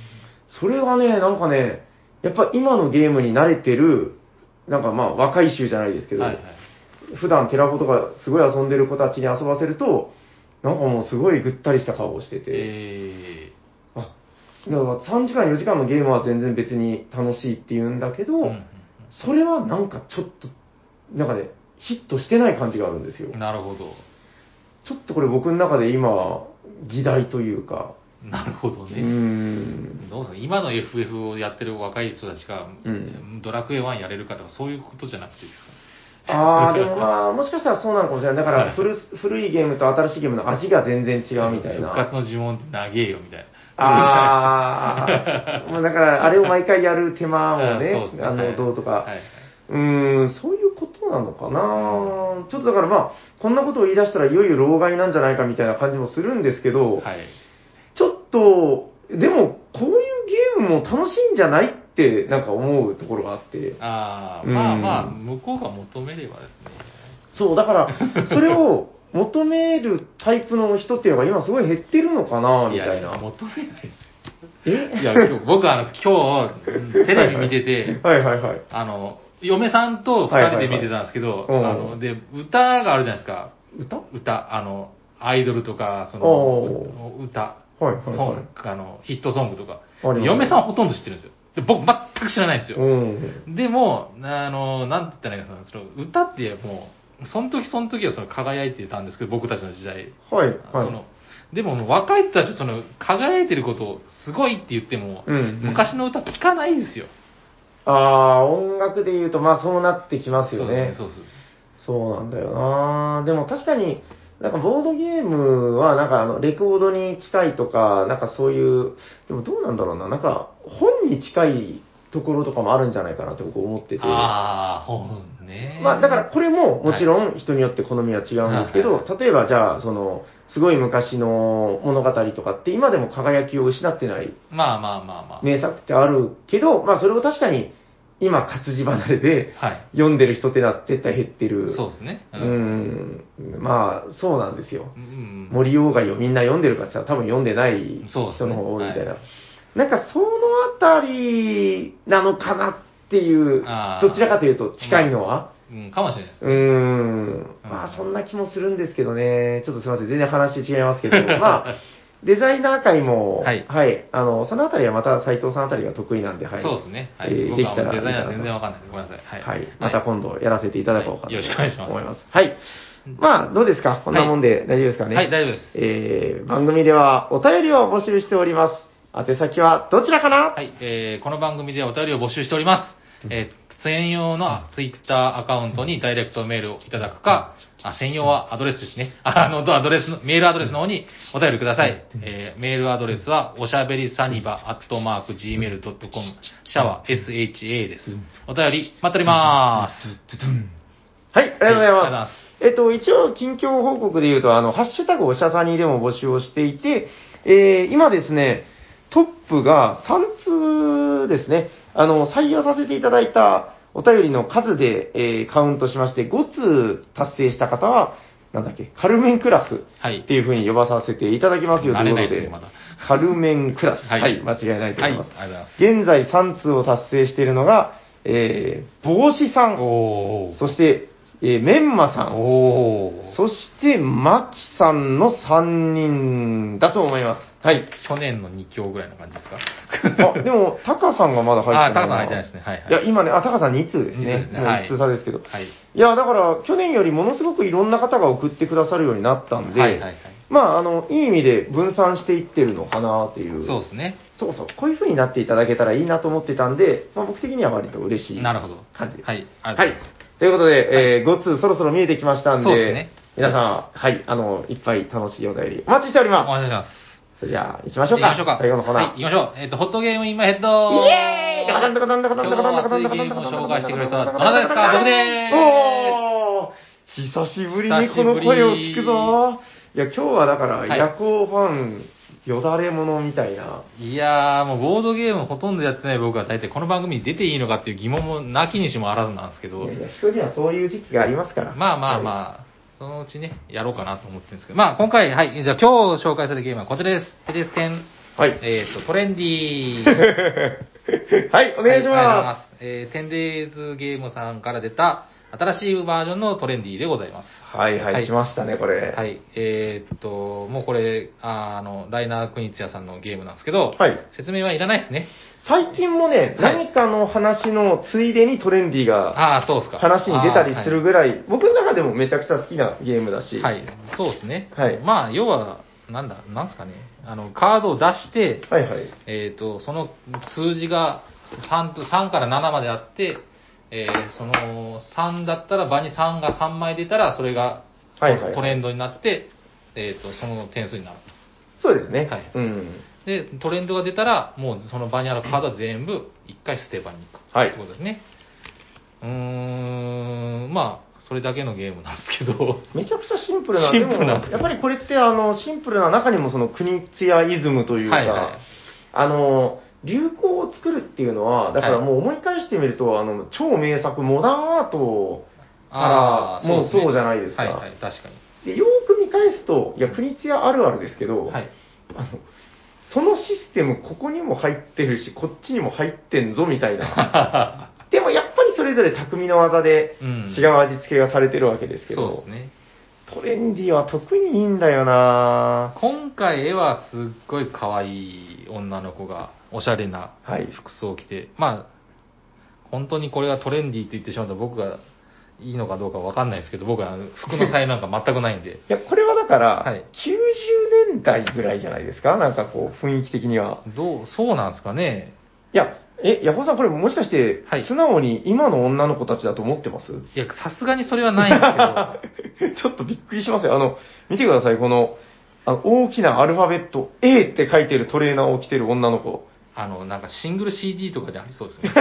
それはね、なんかね、やっぱ今のゲームに慣れてる、なんかまあ若い衆じゃないですけど、はいはい、普段テラフォとかすごい遊んでる子たちに遊ばせると、なんかもうすごいぐったりした顔をしてて、だから3時間4時間のゲームは全然別に楽しいって言うんだけど、それはなんかちょっと、なんかね、ヒットしてない感じがあるんですよ。 なるほど。 ちょっとこれ僕の中で今、議題というか。 なるほどね。どうですか、今の FF をやってる若い人たちが、ドラクエ1やれるかとかそういうことじゃなくてですか？でもまあ、もしかしたらそうなのかもしれない。だから古いゲームと新しいゲームの味が全然違うみたいな。 復活の呪文って長えよみたいな。 だからあれを毎回やる手間もね、どうとか。そういうことなのかな、ちょっとだからまあ、こんなことを言い出したらいよいよ老害なんじゃないかみたいな感じもするんですけど、ちょっと、でも、こういうゲームも楽しいんじゃないってなんか思うところがあって。 まあまあ、向こうが求めればですね。 そう、だから、それを求めるタイプの人っていうのが今すごい減ってるのかなみたいな。 求めないです。いや、僕今日、テレビ見てて、嫁さんと二人で見てたんですけど、で、歌があるじゃないですか。歌アイドルとか、歌、ヒットソングとか。嫁さんはほとんど知ってるんですよ。で僕全く知らないんですよ。でも、なんて言ったらいいのかな、歌ってもう、その時は輝いてたんですけど、僕たちの時代。でも若い人たち輝いてることをすごいって言っても、昔の歌聞かないですよ。 音楽で言うと、まあそうなってきますよね。そうなんだよな。でも確かに、なんかボードゲームはなんかレコードに近いとか、なんかそういう、でもどうなんだろうな、なんか本に近いところとかもあるんじゃないかなって僕思ってて。 本ね。 まあだからこれももちろん人によって好みは違うんですけど、例えばじゃあすごい昔の物語とかって今でも輝きを失ってない名作ってあるけど、まあそれを確かに今活字離れで読んでる人ってのは絶対減ってる。 そうですね。 まあそうなんですよ。森鴎外をみんな読んでるかって言ったら多分読んでない人の方が多いみたいな。なんかそのあたりなのかなっていう、どちらかというと近いのは。 かもしれないですね。まあそんな気もするんですけどね。ちょっとすみません。全然話違いますけど。まあ、デザイナー界も、そのあたりはまた斉藤さんあたりが得意なんで、 そうですね。 できたら。 デザイナー全然わかんない。ごめんなさい。 また今度やらせていただこうかなとよろしくお願いします。 思います。はい。まあ、どうですか？こんなもんで大丈夫ですかね？ はい、大丈夫です。 番組ではお便りを募集しております。宛先はどちらかな？ はい、この番組ではお便りを募集しております。専用のツイッターアカウントにダイレクトメールをいただくか、専用はアドレスですね。メールアドレスの方にお便りください。メールアドレスは、おしゃべりサニバ@gmail.com、シャワー SHA です。お便り待っております。 はい、ありがとうございます。一応、近況報告で言うと、ハッシュタグおしゃさにでも募集をしていて、今ですね、トップが3通ですね、採用させていただいたお便りの数で、カウントしまして、5通達成した方は、なんだっけ、カルメンクラスっていう風に呼ばさせていただきますよということで、カルメンクラス。はい、間違いないと思います。現在3通を達成しているのが、帽子さん、そして、メンマさん、そしてマキさんの3人だと思います。はい。 去年の2強ぐらいの感じですか？ でも、タカさんがまだ入ってない。 タカさん入ってないですね。 いや、今ね、タカさん2通ですね。もう1通差ですけど。いや、だから、去年よりものすごくいろんな方が送ってくださるようになったんで、まあ、いい意味で分散していってるのかなっていう。 そうですね。 そうそう。こういう風になっていただけたらいいなと思ってたんで、まあ、僕的には割と嬉しい感じです。 はい。 はい。ということで、5通そろそろ見えてきましたんで、皆さん、はい、いっぱい楽しいお便りお待ちしております。 お願いします。 それじゃあ、行きましょうか。最後のコーナー。 はい、行きましょう。ホットゲームインマイヘッドイエーイ今日熱いゲームを紹介してくれる人はどなたですか？僕でーす。久しぶりにこの声を聞くぞ。いや、今日はだから、夜行ファン、よだれ者みたいな。 いやー、もうボードゲームほとんどやってない僕は大体この番組に出ていいのかっていう疑問もなきにしもあらずなんですけど。 いや、人にはそういう時期がありますから。 まあ、そのうちね、やろうかなと思ってるんですけど。まあ今回、はい、じゃあ今日紹介するゲームはこちらです。テレステン。 はい。 トレンディー。 はい、お願いします。10days ゲームさんから出た新しいバージョンのトレンディーでございます。 はいはい、来ましたね、これ。 はい。もうこれ、ライナー・クニツヤさんのゲームなんですけど、 はい。 説明はいらないですね。 最近もね、何かの話のついでにトレンディが、話に出たりするぐらい、僕の中でもめちゃくちゃ好きなゲームだし。 はい、そうですね。 はい。 まあ、要は、なんすかね、カードを出して、 はいはい。 その数字が3から7まであって、その3だったら場に3が3枚出たら、それがトレンドになって、その点数になると。 そうですね。 はい。 うん。 で、トレンドが出たら、もうその場にあるカードは全部1回捨て場に行く。 はい。 ということですね。まあ、それだけのゲームなんですけど。 めちゃくちゃシンプルな。でも、やっぱりこれって、シンプルな中にもその国津屋イズムというか、はいはい、流行を作るっていうのは、だからもう思い返してみると、超名作、モダンアートからもうそうじゃないですか。 はいはい、確かに。 で、よーく見返すと、いや、国津屋あるあるですけど、はい、そのシステム、ここにも入ってるし、こっちにも入ってんぞ、みたいな。でもやっぱりそれぞれ匠の技で違う味付けがされてるわけですけど、 そうですね。 トレンディは特にいいんだよな。 今回絵はすっごい可愛い女の子がおしゃれな服装を着て、はい、まあ、本当にこれがトレンディって言ってしまうと僕がいいのかどうかわかんないですけど、僕は服の才能なんか全くないんで。 いや、これはだから、はい、90年代ぐらいじゃないですか、なんかこう、雰囲気的には。 そうなんですかね。 いや、ヤホーさん、これもしかして、素直に今の女の子たちだと思ってます？ いや、さすがにそれはないんですけど。 ちょっとびっくりしますよ。見てください、この、大きなアルファベット、A って書いてるトレーナーを着てる女の子。 なんかシングル CD とかでありそうですね。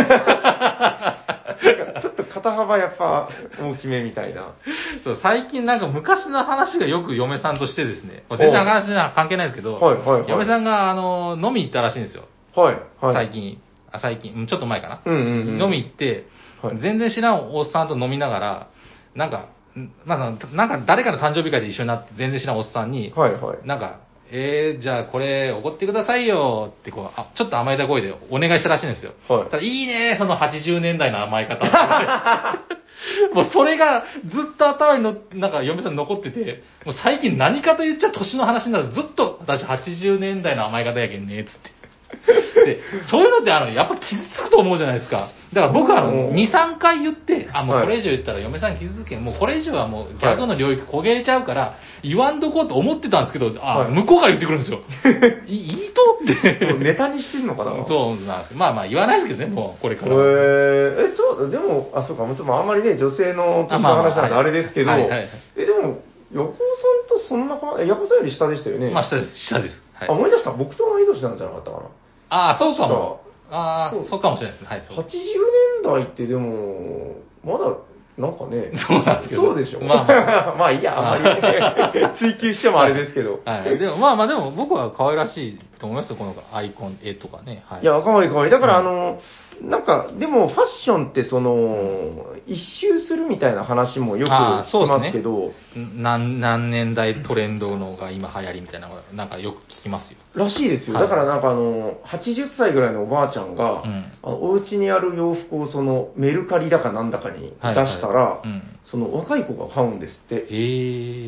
ちょっと肩幅やっぱ大きめみたいな。 そう、最近なんか昔の話がよく嫁さんとしてですね、全然話は関係ないですけど、はいはいはい、嫁さんが飲み行ったらしいんですよ。 はいはい。 最近、ちょっと前かな。 うんうんうん、 飲み行って、はい、全然知らんおっさんと飲みながら、なんか誰かの誕生日会で一緒になって、全然知らんおっさんに、 はいはい、 なんか、じゃあこれおごってくださいよってこう、ちょっと甘えた声でお願いしたらしいんですよ。はい。ただいいね、その80年代の甘え方。もうそれがずっと頭になんか嫁さんに残ってて、もう最近何かと言っちゃ年の話になるとずっと私80年代の甘え方やけんね、つって。で、そういうのってやっぱ傷つくと思うじゃないですか。だから僕は2、3回言って、もうこれ以上言ったら嫁さん傷つけん、もうこれ以上はもうギャグの領域焦げれちゃうから、言わんとこうと思ってたんですけど、向こうから言ってくるんですよ。いいとって。 ネタにしてんのかな。 そうなんですけど、まあ言わないですけどね、もうこれから。 でも、そうか、もちろんあんまりね、女性の年の話なんであれですけど、でも、ヤコウさんとそんなヤコウさんより下でしたよね。 下です。はい、 思い出した。僕と同い年なんじゃなかったかな。 そうかも。そうかもしれないですね。はい。 80年代ってでも、まだ、なんかね。 そうなんですけど。 そうでしょ。まあいいや、あんまり追求してもあれですけど。 はい。でもでも僕は可愛らしいと思いますよ、このアイコン、絵とかね。 はい。いや、可愛い。だからなんか、でもファッションって一周するみたいな話もよく聞きますけど、 何年代トレンドのが今流行りみたいなのがなんかよく聞きますよ。 らしいですよ。だからなんか80歳ぐらいのおばあちゃんが、お家にある洋服をメルカリだかなんだかに出したら、若い子が買うんですって。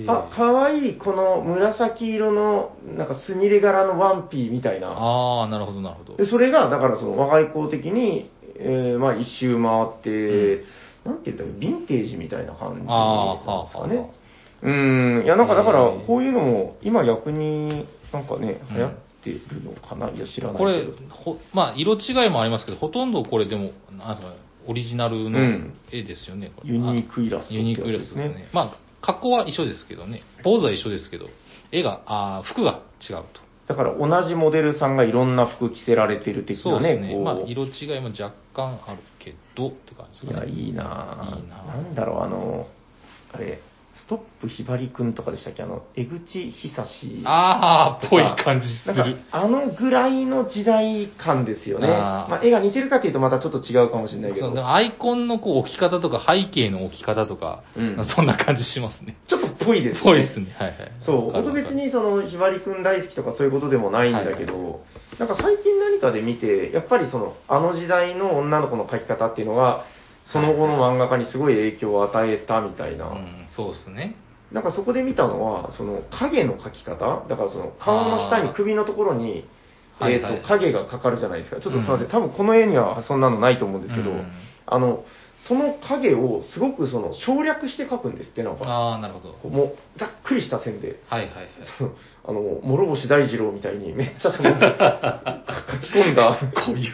可愛いこの紫色のなんかスミレ柄のワンピーみたいな。 なるほど。 で、それが、だから若い子的に、一周回って、なんて言ったらヴィンテージみたいな感じなんですかね。いや、なんかだから、こういうのも、今逆になんかね、流行ってるのかな。いや、知らないけど。 これ、色違いもありますけど、ほとんどこれでも、オリジナルの絵ですよね。 ユニークイラストですね。格好は一緒ですけどね。ポーズは一緒ですけど、服が違うと。 だから同じモデルさんがいろんな服着せられてる的なね。そうですね。 色違いも若干あるけどって感じですね。 いや、いいななんだろう、あれ、ストップひばりくんとかでしたっけ、江口久志。 ああ、ぽい感じする。 ぐらいの時代感ですよね。まあ、絵が似てるかっていうとまたちょっと違うかもしれないけど。 そう、アイコンのこう置き方とか背景の置き方とか、そんな感じしますね。 ちょっとぽいですね。 ぽいですね。はいはい。 そう、僕別にそのひばりくん大好きとかそういうことでもないんだけど、なんか最近何かで見て、やっぱりその、時代の女の子の描き方っていうのが、その後の漫画家にすごい影響を与えたみたいな。 そうですね。 なんかそこで見たのは、その影の描き方だからその顔の下に首のところに、影がかかるじゃないですか。ちょっとすみません。多分この絵にはそんなのないと思うんですけど、その影をすごくその省略して描くんですって、なんか。 ああ、なるほど。 もう、ざっくりした線で。 はいはいはい。 諸星大二郎みたいにめっちゃその、書き込んだ。 こういう。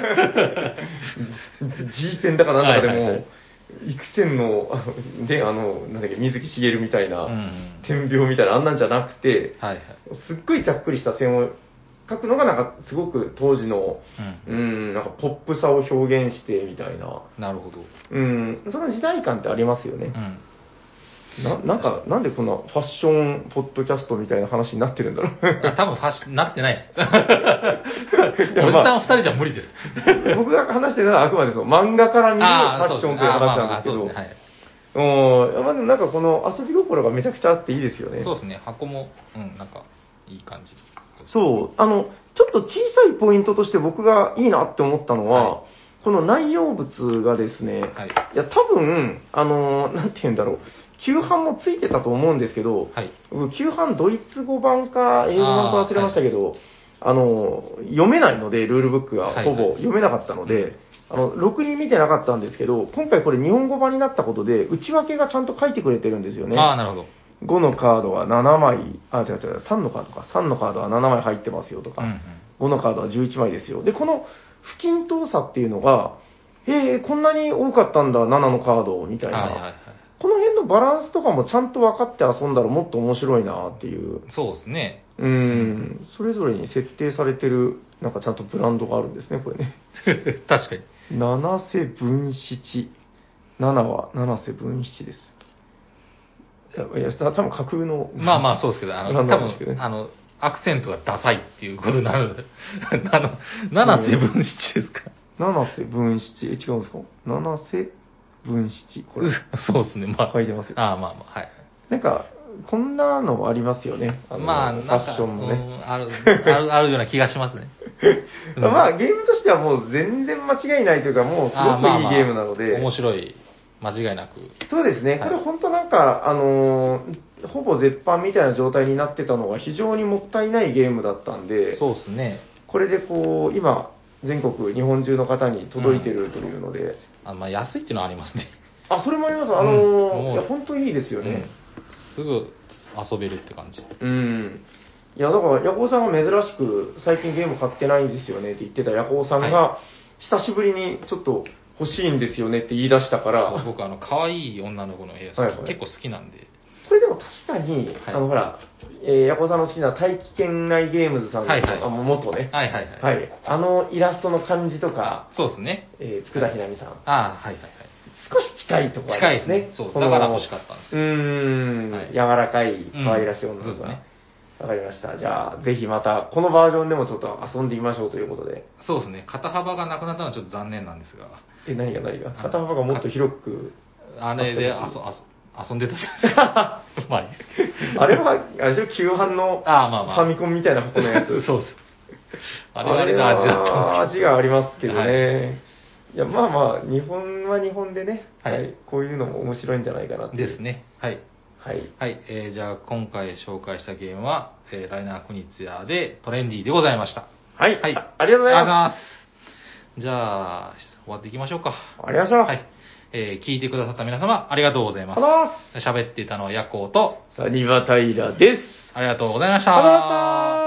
G ペンだかなんだかでも、幾千の、なんだっけ、水木しげるみたいな、点描みたいな、あんなんじゃなくて、すっごいざっくりした線を描くのが、なんかすごく当時の、なんかポップさを表現してみたいな。 なるほど。 その時代感ってありますよね。なんでこんなファッションポッドキャストみたいな話になってるんだろう。 多分なってないです。おじさん二人じゃ無理です。 僕が話してるのはあくまでその漫画から見るファッションという話なんですけど、なんかこの遊び心がめちゃくちゃあっていいですよね。 そうですね。箱も、なんかいい感じ。 そう、ちょっと小さいポイントとして僕がいいなって思ったのは、この内容物がですね、いや、多分、なんて言うんだろう。旧版もついてたと思うんですけど、僕、旧版ドイツ語版か英語版か忘れましたけど、読めないので、ルールブックがほぼ読めなかったので、ろくに見てなかったんですけど、今回これ日本語版になったことで、内訳がちゃんと書いてくれてるんですよね。 なるほど。 5のカードは7枚、3のカードか。3のカードは7枚入ってますよとか、5のカードは11枚ですよ。で、この不均等さっていうのが、こんなに多かったんだ、7のカード、みたいな。この辺のバランスとかもちゃんと分かって遊んだらもっと面白いなっていう。 そうですね。 それぞれに設定されてる、なんかちゃんとブランドがあるんですね、これね。 確かに。 七瀬分七。7は七瀬分七です。いや、多分架空の。 まあそうですけど、多分、アクセントがダサいっていうことになる。七瀬分七ですか。 七瀬分七。違うんですか？七瀬分七。これ。 そうですね。まあ。 書いてますよ。 はい。 なんか、こんなのありますよね。ファッションのね。 あるような気がしますね。 まあ、ゲームとしてはもう全然間違いないというか、もうすごくいいゲームなので。 面白い。間違いなく。 そうですね。これ本当なんか、ほぼ絶版みたいな状態になってたのが非常にもったいないゲームだったんで。 そうですね。 これでこう、今、全国、日本中の方に届いてるというので。 安いっていうのはありますね。 それもあります。いや、本当いいですよね。 すぐ遊べるって感じ。 いや、だから、ヤコウさんが珍しく、最近ゲーム買ってないんですよねって言ってたヤコウさんが、久しぶりにちょっと欲しいんですよねって言い出したから。 そう、僕、可愛い女の子の絵結構好きなんで。 これでも確かに、ほら、ヤコウさんの好きな大気圏内ゲームズさんの、元ね。イラストの感じとか、 そうですね。 佃ひなみさん。少し近いところありますね。 近いですね。そう、だから欲しかったんですよ。 柔らかい、可愛らしい女の子が。わかりました。じゃあ、ぜひまた、このバージョンでもちょっと遊んでみましょうということで。 そうですね。肩幅がなくなったのはちょっと残念なんですが。 何が肩幅がもっと広く。 あれで遊んでたじゃないですか。まあいいですけど。 あれは、旧版のファミコンみたいな箱のやつ。 そうです。あれはあれで味だったんですけど。味がありますけどね。いや、まあまあ、日本は日本でね、こういうのも面白いんじゃないかなって。 ですね。はい。じゃあ、今回紹介したゲームは、ライナー・クニッツヤーでトレンディーでございました。 ありがとうございます。 じゃあ、終わっていきましょうか。 ありがとうございます。 聞いてくださった皆様、ありがとうございます。喋っていたのはヤコウと、 サニバタイラです。 ありがとうございました。